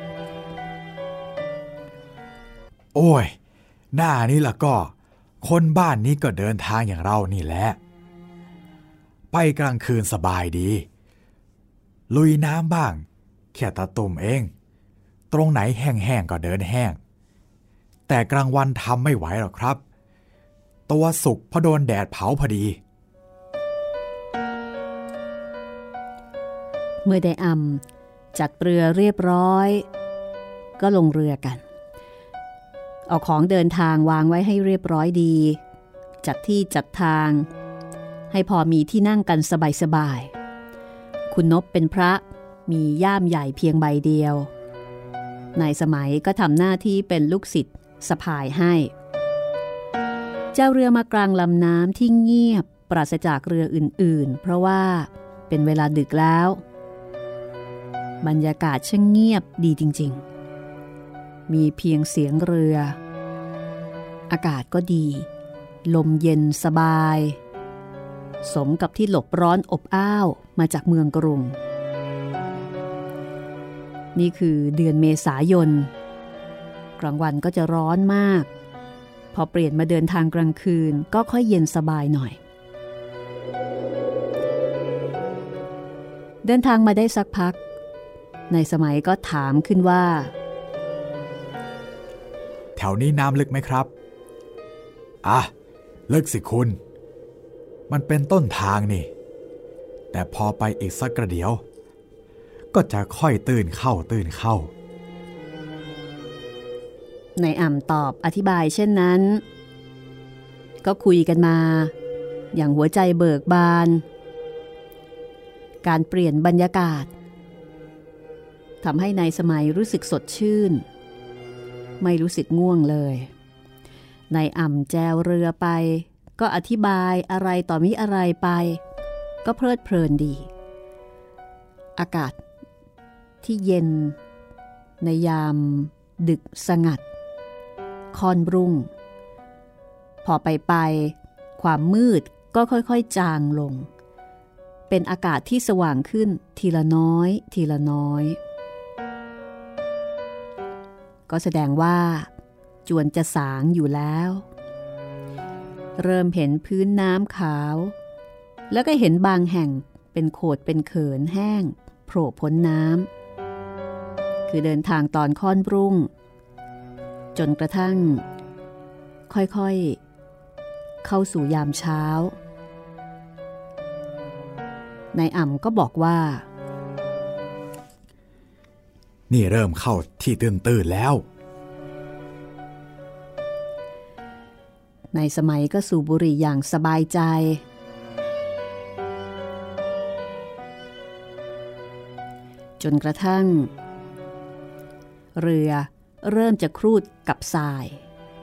โอ้ยหน้านี้ล่ะก็คนบ้านนี้ก็เดินทางอย่างเรานี่แหละไปกลางคืนสบายดีลุยน้ำบ้างแค่ตะตุ่มเองตรงไหนแห้งๆก็เดินแห้งแต่กลางวันทำไม่ไหวหรอกครับตัวสุกเพราะโดนแดดเผาพอดีเมื่อได้อ่ำจัดเรือเรียบร้อยก็ลงเรือกันเอาของเดินทางวางไว้ให้เรียบร้อยดีจัดที่จัดทางให้พอมีที่นั่งกันสบายๆคุณนพเป็นพระมีย่ามใหญ่เพียงใบเดียวนายสมัยก็ทำหน้าที่เป็นลูกศิษย์สะพายให้เจ้าเรือมากลางลำน้ำที่เงียบปราศจากเรืออื่นๆเพราะว่าเป็นเวลาดึกแล้วบรรยากาศช่างเงียบดีจริงๆมีเพียงเสียงเรืออากาศก็ดีลมเย็นสบายสมกับที่หลบร้อนอบอ้าวมาจากเมืองกรุงนี่คือเดือนเมษายนกลางวันก็จะร้อนมากพอเปลี่ยนมาเดินทางกลางคืนก็ค่อยเย็นสบายหน่อยเดินทางมาได้สักพักในสมัยก็ถามขึ้นว่าแถวนี้น้ำลึกไหมครับลึกสิคุณมันเป็นต้นทางนี่แต่พอไปอีกสักกระเดียวก็จะค่อยตื่นเข้านายอ่ำตอบอธิบายเช่นนั้นก็คุยกันมาอย่างหัวใจเบิกบานการเปลี่ยนบรรยากาศทำให้นายสมัยรู้สึกสดชื่นไม่รู้สึกง่วงเลยนายอ่ำแจวเรือไปก็อธิบายอะไรต่อมิอะไรไปก็เพลิดเพลินดีอากาศที่เย็นในยามดึกสงัดค่อนรุ่งพอไปความมืดก็ค่อยๆจางลงเป็นอากาศที่สว่างขึ้นทีละน้อยทีละน้อยก็แสดงว่าจวนจะสางอยู่แล้วเริ่มเห็นพื้นน้ำขาวแล้วก็เห็นบางแห่งเป็นโขดเป็นเขินแห้งโผล่พ้นน้ำคือเดินทางตอนค่อนรุ่งจนกระทั่งค่อยๆเข้าสู่ยามเช้านายอ่ำก็บอกว่านี่เริ่มเข้าที่ตื่นแล้วในสมัยก็สูบบุหรี่อย่างสบายใจจนกระทั่งเรือเริ่มจะครูดกับทราย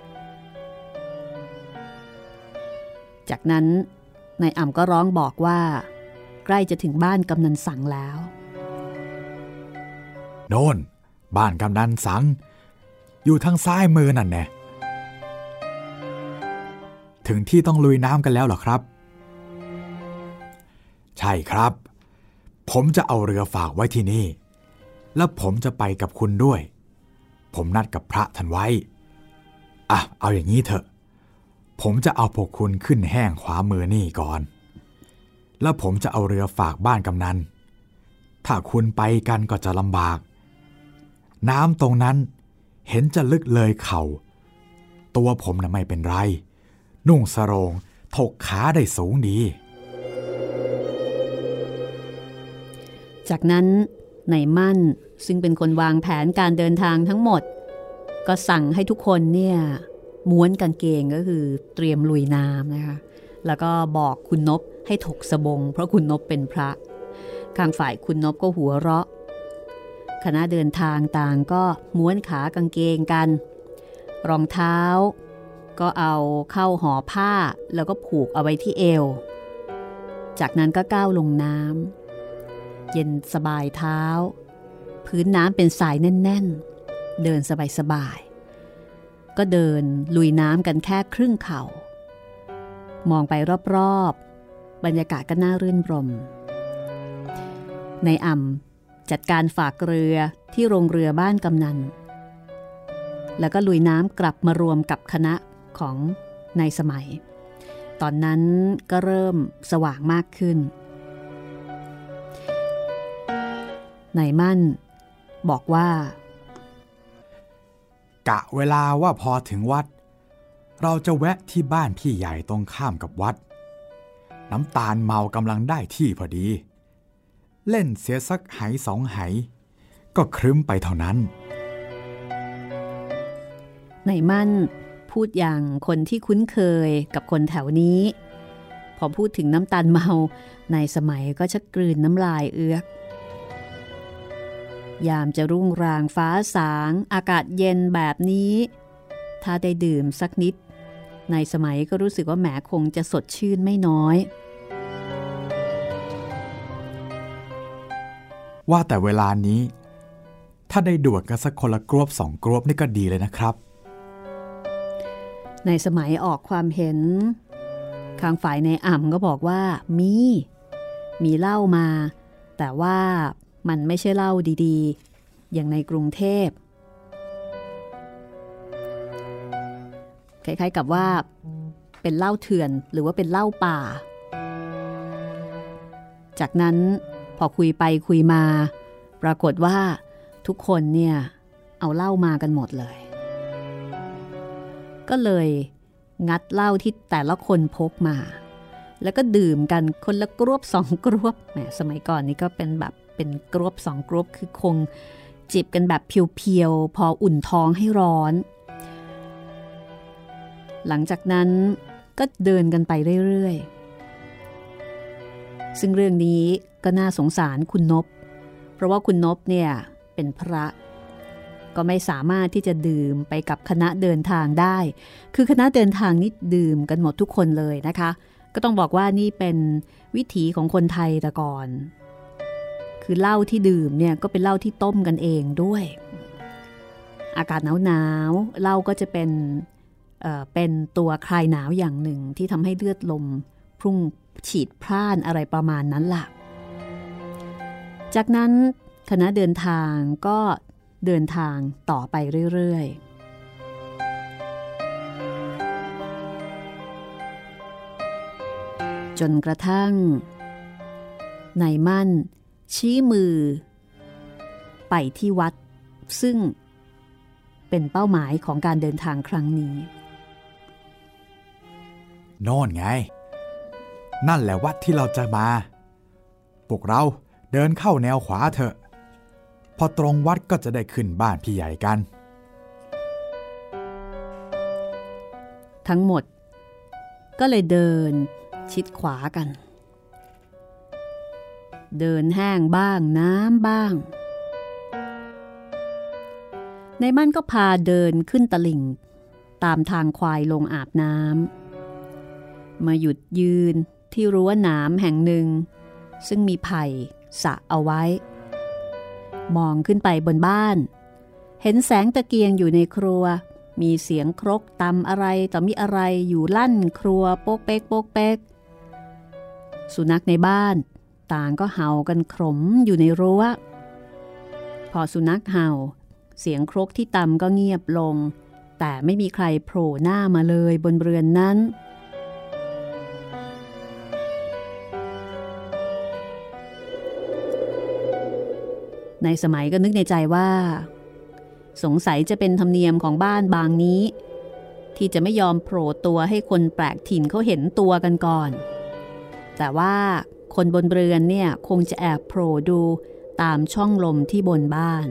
จากนั้นนายอ่ำก็ร้องบอกว่าใกล้จะถึงบ้านกำนันสังแล้วโน่นบ้านกำนันสังอยู่ทางซ้ายมือนั่นแน่ถึงที่ต้องลุยน้ำกันแล้วเหรอครับใช่ครับผมจะเอาเรือฝากไว้ที่นี่แล้วผมจะไปกับคุณด้วยผมนัดกับพระท่านไว้เอาอย่างนี้เถอะผมจะเอาพวกคุณขึ้นแห้งขวามือนี่ก่อนแล้วผมจะเอาเรือฝากบ้านกำนันถ้าคุณไปกันก็จะลำบากน้ำตรงนั้นเห็นจะลึกเลยเข่าตัวผมน่ะไม่เป็นไรนุ่งสโรงถกขาได้สูงดีจากนั้นนายมั่นซึ่งเป็นคนวางแผนการเดินทางทั้งหมดก็สั่งให้ทุกคนเนี่ยม้วนกางเกงก็คือเตรียมลุยน้ำนะคะแล้วก็บอกคุณนพให้ถกสบงเพราะคุณนพเป็นพระข้างฝ่ายคุณนพก็หัวเราะคณะเดินทางต่างก็ม้วนขากางเกงกันรองเท้าก็เอาเข้าห่อผ้าแล้วก็ผูกเอาไว้ที่เอวจากนั้นก็ก้าวลงน้ำเย็นสบายเท้าพื้นน้ำเป็นทรายแน่นๆเดินสบายๆก็เดินลุยน้ำกันแค่ครึ่งเข่ามองไปรอบๆบรรยากาศก็น่ารื่นรมในอ่ำจัดการฝากเรือที่โรงเรือบ้านกำนันแล้วก็ลุยน้ำกลับมารวมกับคณะของนายสมัยตอนนั้นก็เริ่มสว่างมากขึ้นนายมั่นบอกว่ากะเวลาว่าพอถึงวัดเราจะแวะที่บ้านพี่ใหญ่ตรงข้ามกับวัดน้ำตาลเมากำลังได้ที่พอดีเล่นเสียสักไหสองไหก็ครึ้มไปเท่านั้นนายมั่นพูดอย่างคนที่คุ้นเคยกับคนแถวนี้พอพูดถึงน้ำตาลเมานายสมัยก็ชักกลืนน้ำลายเอื้อกยามจะรุ่งรางฟ้าสางอากาศเย็นแบบนี้ถ้าได้ดื่มสักนิดนายสมัยก็รู้สึกว่าแหมคงจะสดชื่นไม่น้อยว่าแต่เวลานี้ถ้าได้ดวดกันสักคนละกรวบสองกรวบนี่ก็ดีเลยนะครับนายสมัยออกความเห็นข้างฝ่ายนายอ่ำก็บอกว่ามีเหล้ามาแต่ว่ามันไม่ใช่เหล้าดีๆอย่างในกรุงเทพคล้ายๆกับว่าเป็นเหล้าเถื่อนหรือว่าเป็นเหล้าป่าจากนั้นพอคุยไปคุยมาปรากฏว่าทุกคนเนี่ยเอาเหล้ามากันหมดเลยก็เลยงัดเหล้าที่แต่ละคนพกมาแล้วก็ดื่มกันคนละกรวบสองกรวบแหมสมัยก่อนนี้ก็เป็นแบบเป็นกรวบสองกรวบคือคงจิบกันแบบเพียวๆพออุ่นท้องให้ร้อนหลังจากนั้นก็เดินกันไปเรื่อยๆซึ่งเรื่องนี้ก็น่าสงสารคุณนพเพราะว่าคุณนพเนี่ยเป็นพระก็ไม่สามารถที่จะดื่มไปกับคณะเดินทางได้คือคณะเดินทางนี่ดื่มกันหมดทุกคนเลยนะคะก็ต้องบอกว่านี่เป็นวิถีของคนไทยแต่ก่อนคือเหล้าที่ดื่มเนี่ยก็เป็นเหล้าที่ต้มกันเองด้วยอากาศหนาวๆเหล้าก็จะเป็นตัวคลายหนาวอย่างหนึ่งที่ทำให้เลือดลมพุ่งฉีดพล่านอะไรประมาณนั้นล่ะจากนั้นคณะเดินทางก็เดินทางต่อไปเรื่อยๆจนกระทั่งนายมั่นชี้มือไปที่วัดซึ่งเป็นเป้าหมายของการเดินทางครั้งนี้โน่นไงนั่นแหละวัดที่เราจะมาพวกเราเดินเข้าแนวขวาเถอะพอตรงวัดก็จะได้ขึ้นบ้านพี่ใหญ่กันทั้งหมดก็เลยเดินชิดขวากันเดินแห้งบ้างน้ำบ้างนายมั่นก็พาเดินขึ้นตลิ่งตามทางควายลงอาบน้ำมาหยุดยืนที่รั้วหนามแห่งหนึ่งซึ่งมีไผ่สะเอาไว้มองขึ้นไปบนบ้านเห็นแสงตะเกียงอยู่ในครัวมีเสียงครกตำอะไรต่อมีอะไรอยู่ลั่นครัวโป๊กเป๊กโป๊กเป๊กสุนัขในบ้านต่างก็เห่ากันขมอยู่ในรั้วพอสุนัขเห่าเสียงครกที่ตำก็เงียบลงแต่ไม่มีใครโผล่หน้ามาเลยบนเรือนนั้นในสมัยก็นึกในใจว่าสงสัยจะเป็นธรรมเนียมของบ้านบางนี้ที่จะไม่ยอมโผล่ตัวให้คนแปลกถิ่นเขาเห็นตัวกันก่อนแต่ว่าคนบนเรือนเนี่ยคงจะแอบโผล่ดูตามช่องลมที่บนบ้าน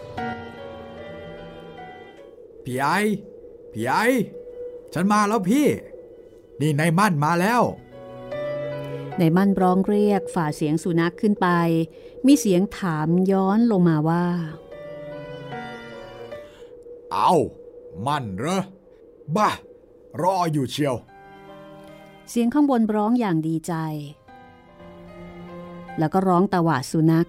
พี่ไอฉันมาแล้วพี่นี่นายมั่นมาแล้วนายมั่นร้องเรียกฝ่าเสียงสุนัขขึ้นไปมีเสียงถามย้อนลงมาว่าเอามั่นเหรอบ้ารออยู่เชียวเสียงข้างบนร้องอย่างดีใจแล้วก็ร้องตวาดสุนัข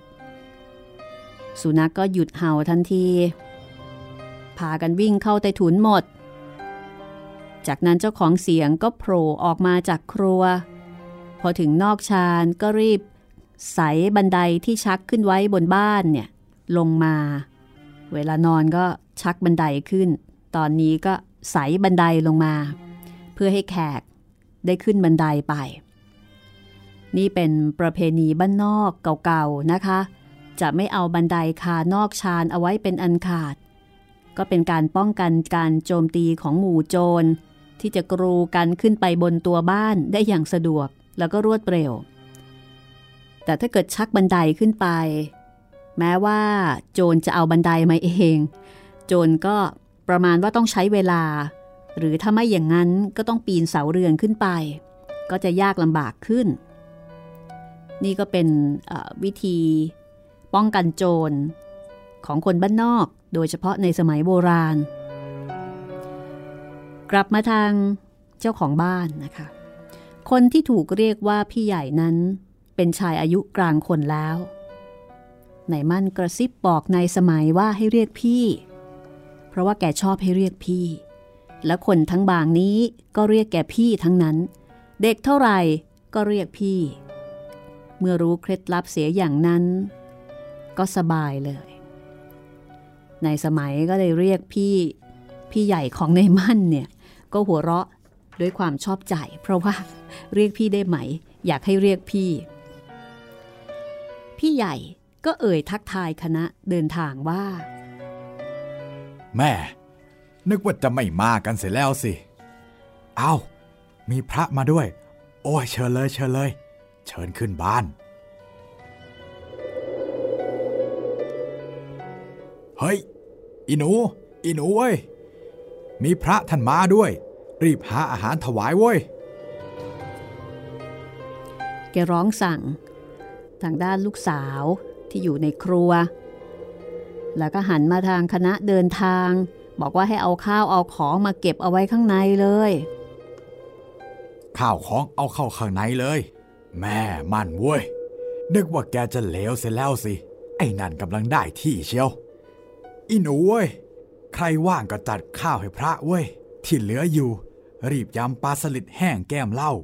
ก็หยุดเห่าทันทีพากันวิ่งเข้าใต้ถุนหมดจากนั้นเจ้าของเสียงก็โผล่ออกมาจากครัวพอถึงนอกชานก็รีบไสบันไดที่ชักขึ้นไว้บนบ้านเนี่ยลงมาเวลานอนก็ชักบันไดขึ้นตอนนี้ก็ไสบันไดลงมาเพื่อให้แขกได้ขึ้นบันไดไปนี่เป็นประเพณีบ้านนอกเก่าๆนะคะจะไม่เอาบันไดคานอกชานเอาไว้เป็นอันขาดก็เป็นการป้องกันการโจมตีของหมู่โจรที่จะกรูกันขึ้นไปบนตัวบ้านได้อย่างสะดวกแล้วก็รวดเร็วแต่ถ้าเกิดชักบันไดขึ้นไปแม้ว่าโจรจะเอาบันไดมาเองโจรก็ประมาณว่าต้องใช้เวลาหรือถ้าไม่อย่างนั้นก็ต้องปีนเสาเรือนขึ้นไปก็จะยากลำบากขึ้นนี่ก็เป็นวิธีป้องกันโจรของคนบ้านนอกโดยเฉพาะในสมัยโบราณกลับมาทางเจ้าของบ้านนะคะคนที่ถูกเรียกว่าพี่ใหญ่นั้นเป็นชายอายุกลางคนแล้วนายมั่นกระซิบบอกนายสมัยว่าให้เรียกพี่เพราะว่าแกชอบให้เรียกพี่และคนทั้งบางนี้ก็เรียกแกพี่ทั้งนั้นเด็กเท่าไหร่ก็เรียกพี่เมื่อรู้เคล็ดลับเสียอย่างนั้นก็สบายเลยนายสมัยก็เลยเรียกพี่ใหญ่ของนายมั่นเนี่ยก็หัวเราะด้วยความชอบใจเพราะว่าเรียกพี่ได้ไหมอยากให้เรียกพี่ใหญ่ก็เอ่ยทักทายคณะเดินทางว่าแม่นึกว่าจะไม่มากันเสียแล้วสิเอามีพระมาด้วยโอ้ยเชิญเลยเชิญขึ้นบ้านเฮ้ยอีหนูเว้ยมีพระท่านมาด้วยรีบหาอาหารถวายเว้ยแกร้องสั่งทางด้านลูกสาวที่อยู่ในครัวแล้วก็หันมาทางคณะเดินทางบอกว่าให้เอาข้าวเอาของมาเก็บเอาไว้ข้างในเลยข้าวของเอาเข้าข้างในเลยแม่มั่นเว้ยนึกว่าแกจะเลวเสียแล้วสิไอ้นั่นกำลังได้ที่เชียวอีหนูเว้ยใครว่างก็จัดข้าวให้พระเว้ยที่เหลืออยู่รีบยำปลาสลิดแห้งแก้มเหล้า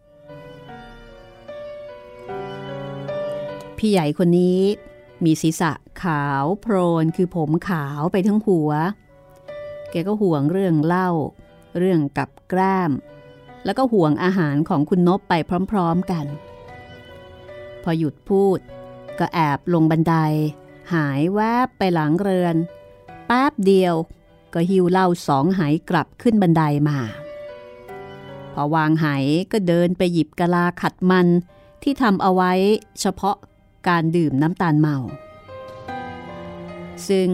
พี่ใหญ่คนนี้มีศีรษะขาวโพลนคือผมขาวไปทั้งหัวแกก็ห่วงเรื่องเหล้าเรื่องกับแกล้มแล้วก็ห่วงอาหารของคุณนพไปพร้อมๆกันพอหยุดพูดก็แอบลงบันไดหายแวบไปหลังเรือนแป๊บเดียวก็หิ้วเหล้า2 ไหกลับขึ้นบันไดมาพอวางไหก็เดินไปหยิบกะลาขัดมันที่ทำเอาไว้เฉพาะการดื่มน้ำตาลเมาซึ่ง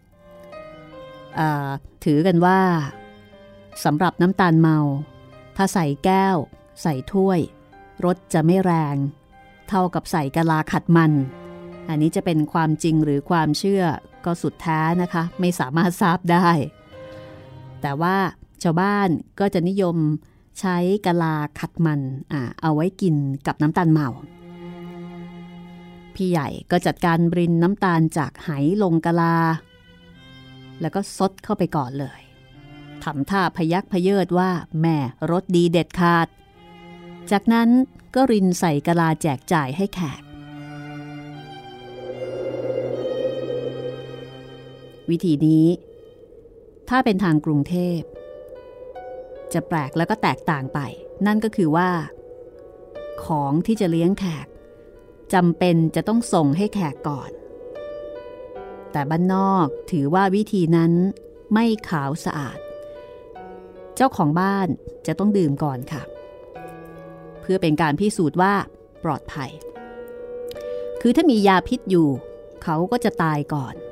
ถือกันว่าสำหรับน้ำตาลเมาถ้าใส่แก้วใส่ถ้วยรสจะไม่แรงเท่ากับใส่กะลาขัดมันอันนี้จะเป็นความจริงหรือความเชื่อก็สุดแท้นะคะไม่สามารถทราบได้แต่ว่าชาวบ้านก็จะนิยมใช้กะลาขัดมันเอาไว้กินกับน้ำตาลเมาพี่ใหญ่ก็จัดการบรินน้ำตาลจากไหลงกะลาแล้วก็ซดเข้าไปก่อนเลยทำท่าพยักพเยิดว่าแม่รสดีเด็ดขาดจากนั้นก็รินใส่กะลาแจกจ่ายให้แขกวิธีนี้ถ้าเป็นทางกรุงเทพจะแปลกแล้วก็แตกต่างไปนั่นก็คือว่าของที่จะเลี้ยงแขกจำเป็นจะต้องส่งให้แขกก่อนแต่บ้านนอกถือว่าวิธีนั้นไม่ขาวสะอาดเจ้าของบ้านจะต้องดื่มก่อนค่ะเพื่อเป็นการพิสูจน์ว่าปลอดภัยคือถ้ามียาพิษอยู่เขาก็จะตายก่อน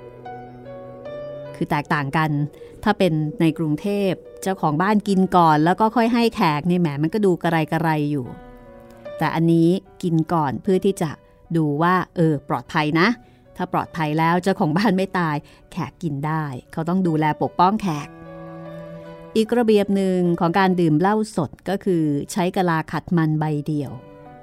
คือแตกต่างกันถ้าเป็นในกรุงเทพเจ้าของบ้านกินก่อนแล้วก็ค่อยให้แขกนี่แหมมันก็ดูกระไรอยู่แต่อันนี้กินก่อนเพื่อที่จะดูว่าปลอดภัยนะถ้าปลอดภัยแล้วเจ้าของบ้านไม่ตายแขกกินได้เขาต้องดูแลปกป้องแขกอีกระเบียบหนึ่งของการดื่มเหล้าสดก็คือใช้กะลาขัดมันใบเดียว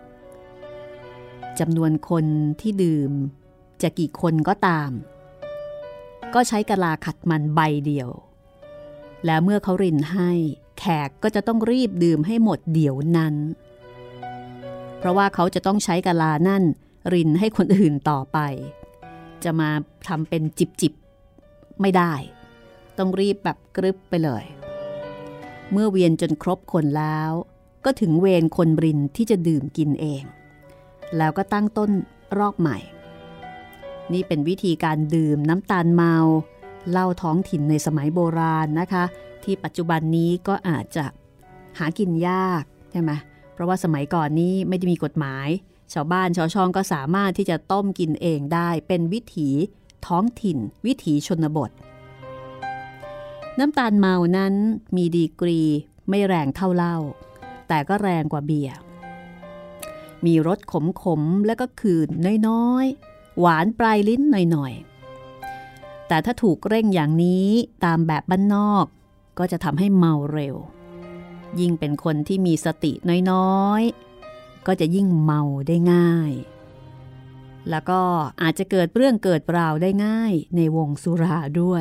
จำนวนคนที่ดื่มจะกี่คนก็ตามก็ใช้กะลาขัดมันใบเดียวแล้วเมื่อเขารินให้แขกก็จะต้องรีบดื่มให้หมดเดี๋ยวนั้นเพราะว่าเขาจะต้องใช้กะลานั่นรินให้คนอื่นต่อไปจะมาทำเป็นจิบไม่ได้ต้องรีบแบบกรึบไปเลยเมื่อเวียนจนครบคนแล้วก็ถึงเวรคนรินที่จะดื่มกินเองแล้วก็ตั้งต้นรอบใหม่นี่เป็นวิธีการดื่มน้ำตาลเมาเหล้าท้องถิ่นในสมัยโบราณนะคะที่ปัจจุบันนี้ก็อาจจะหากินยากใช่ไหมเพราะว่าสมัยก่อนนี้ไม่ได้มีกฎหมายชาวบ้านชาวช่องก็สามารถที่จะต้มกินเองได้เป็นวิถีท้องถิ่นวิถีชนบทน้ำตาลเมานั้นมีดีกรีไม่แรงเท่าเหล้าแต่ก็แรงกว่าเบียร์มีรสขมๆและก็คืนน้อยๆหวานปลายลิ้นหน่อยๆแต่ถ้าถูกเร่งอย่างนี้ตามแบบบ้านนอกก็จะทำให้เมาเร็วยิ่งเป็นคนที่มีสติน้อยๆก็จะยิ่งเมาได้ง่ายแล้วก็อาจจะเกิดเรื่องเกิดราวได้ง่ายในวงสุราด้วย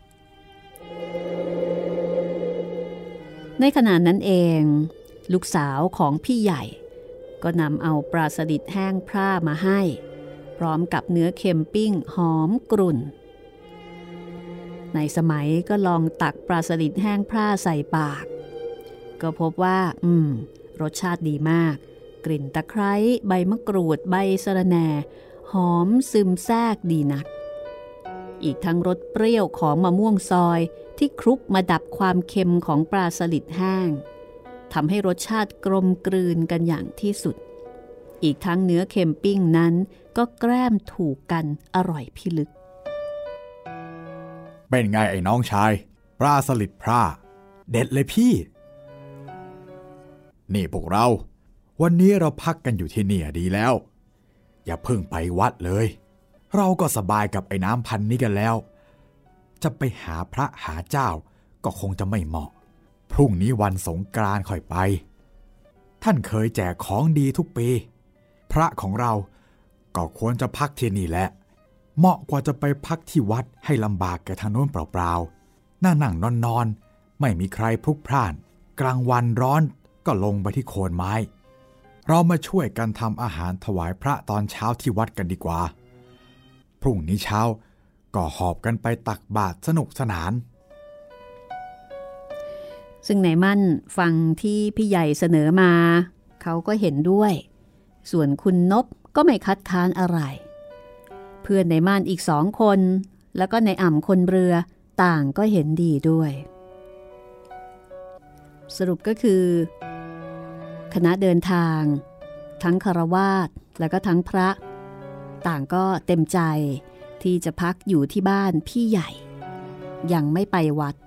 ในขณะนั้นเองลูกสาวของพี่ใหญ่ก็นำเอาปลาสลิดแห้งพร่ามาให้พร้อมกับเนื้อเค็มปิ้งหอมกรุ่นในสมัยก็ลองตักปลาสลิดแห้งพร่าใส่ปากก็พบว่ารสชาติดีมากกลิ่นตะไคร้ใบมะกรูดใบสะระแหน่หอมซึมแทรกดีนักอีกทั้งรสเปรี้ยวของมะม่วงซอยที่คลุกมาดับความเค็มของปลาสลิดแห้งทำให้รสชาติกลมกลืนกันอย่างที่สุดอีกทั้งเนื้อเค็มปิ้งนั้นก็แกล้มถูกกันอร่อยพิลึกเป็นไงไอ้น้องชายปลาสลิดพร่าเด็ดเลยพี่นี่พวกเราวันนี้เราพักกันอยู่ที่นี่ดีแล้วอย่าเพิ่งไปวัดเลยเราก็สบายกับไอ้น้ำพันนี้กันแล้วจะไปหาพระหาเจ้าก็คงจะไม่เหมาะพรุ่งนี้วันสงกรานต์ค่อยไปท่านเคยแจกของดีทุกปีพระของเราก็ควรจะพักที่นี่แหละเหมาะกว่าจะไปพักที่วัดให้ลำบากแก่ทางโน้นเปล่าๆนั่งนอนไม่มีใครพลุกพล่านกลางวันร้อนก็ลงไปที่โคนไม้เรามาช่วยกันทำอาหารถวายพระตอนเช้าที่วัดกันดีกว่าพรุ่งนี้เช้าก็หอบกันไปตักบาตรสนุกสนานซึ่งนายมั่นฟังที่พี่ใหญ่เสนอมาเขาก็เห็นด้วยส่วนคุณนพก็ไม่คัดค้านอะไรเพื่อนนายมั่นอีก2 คนแล้วก็นายอ่ำคนเรือต่างก็เห็นดีด้วยสรุปก็คือคณะเดินทางทั้งฆราวาสแล้วก็ทั้งพระต่างก็เต็มใจที่จะพักอยู่ที่บ้านพี่ใหญ่ยังไม่ไปวัด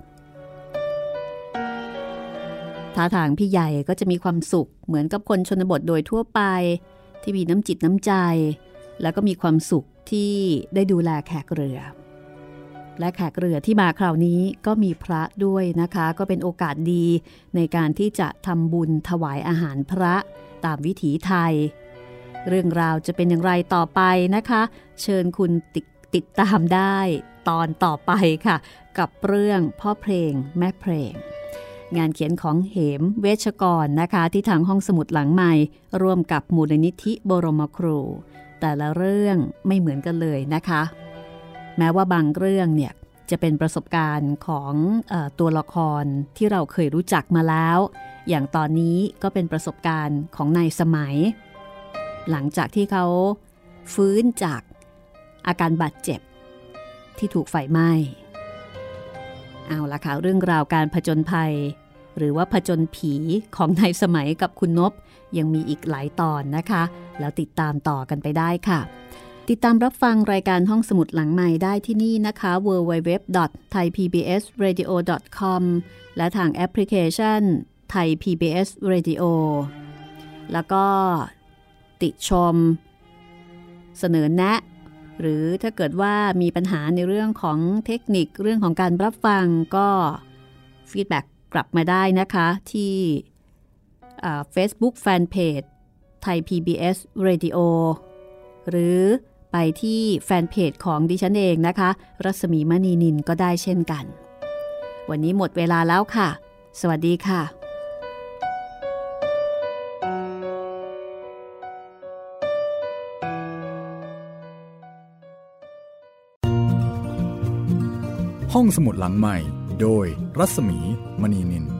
ท่าทางพี่ใหญ่ก็จะมีความสุขเหมือนกับคนชนบทโดยทั่วไปที่มีน้ำจิตน้ำใจแล้วก็มีความสุขที่ได้ดูแลแขกเรือและแขกเรือที่มาคราวนี้ก็มีพระด้วยนะคะก็เป็นโอกาสดีในการที่จะทำบุญถวายอาหารพระตามวิถีไทยเรื่องราวจะเป็นอย่างไรต่อไปนะคะเชิญคุณติดตามได้ตอนต่อไปค่ะกับเรื่องพ่อเพลงแม่เพลงงานเขียนของเหมเวชกรนะคะที่ทางห้องสมุดหลังใหม่ร่วมกับมูลนิธิบรมครูแต่ละเรื่องไม่เหมือนกันเลยนะคะแม้ว่าบางเรื่องเนี่ยจะเป็นประสบการณ์ของตัวละครที่เราเคยรู้จักมาแล้วอย่างตอนนี้ก็เป็นประสบการณ์ของนายสมัยหลังจากที่เขาฟื้นจากอาการบาดเจ็บที่ถูกไฟไหม้เอาล่ะค่ะเรื่องราวการผจญภัยหรือว่าผจญผีของนายสมัยกับคุณนพยังมีอีกหลายตอนนะคะแล้วติดตามต่อกันไปได้ค่ะติดตามรับฟังรายการห้องสมุดหลังใหม่ได้ที่นี่นะคะ www.thaipbsradio.com และทางแอปพลิเคชัน Thai PBS Radio แล้วก็ติชมเสนอแนะหรือถ้าเกิดว่ามีปัญหาในเรื่องของเทคนิคเรื่องของการรับฟังก็ฟีดแบ็กกลับมาได้นะคะที่Facebook Fanpage Thai PBS Radio หรือไปที่แฟนเพจของดิฉันเองนะคะรัศมีมณีนินก็ได้เช่นกันวันนี้หมดเวลาแล้วค่ะสวัสดีค่ะห้องสมุดหลังใหม่โดยรัศมีมณีนิน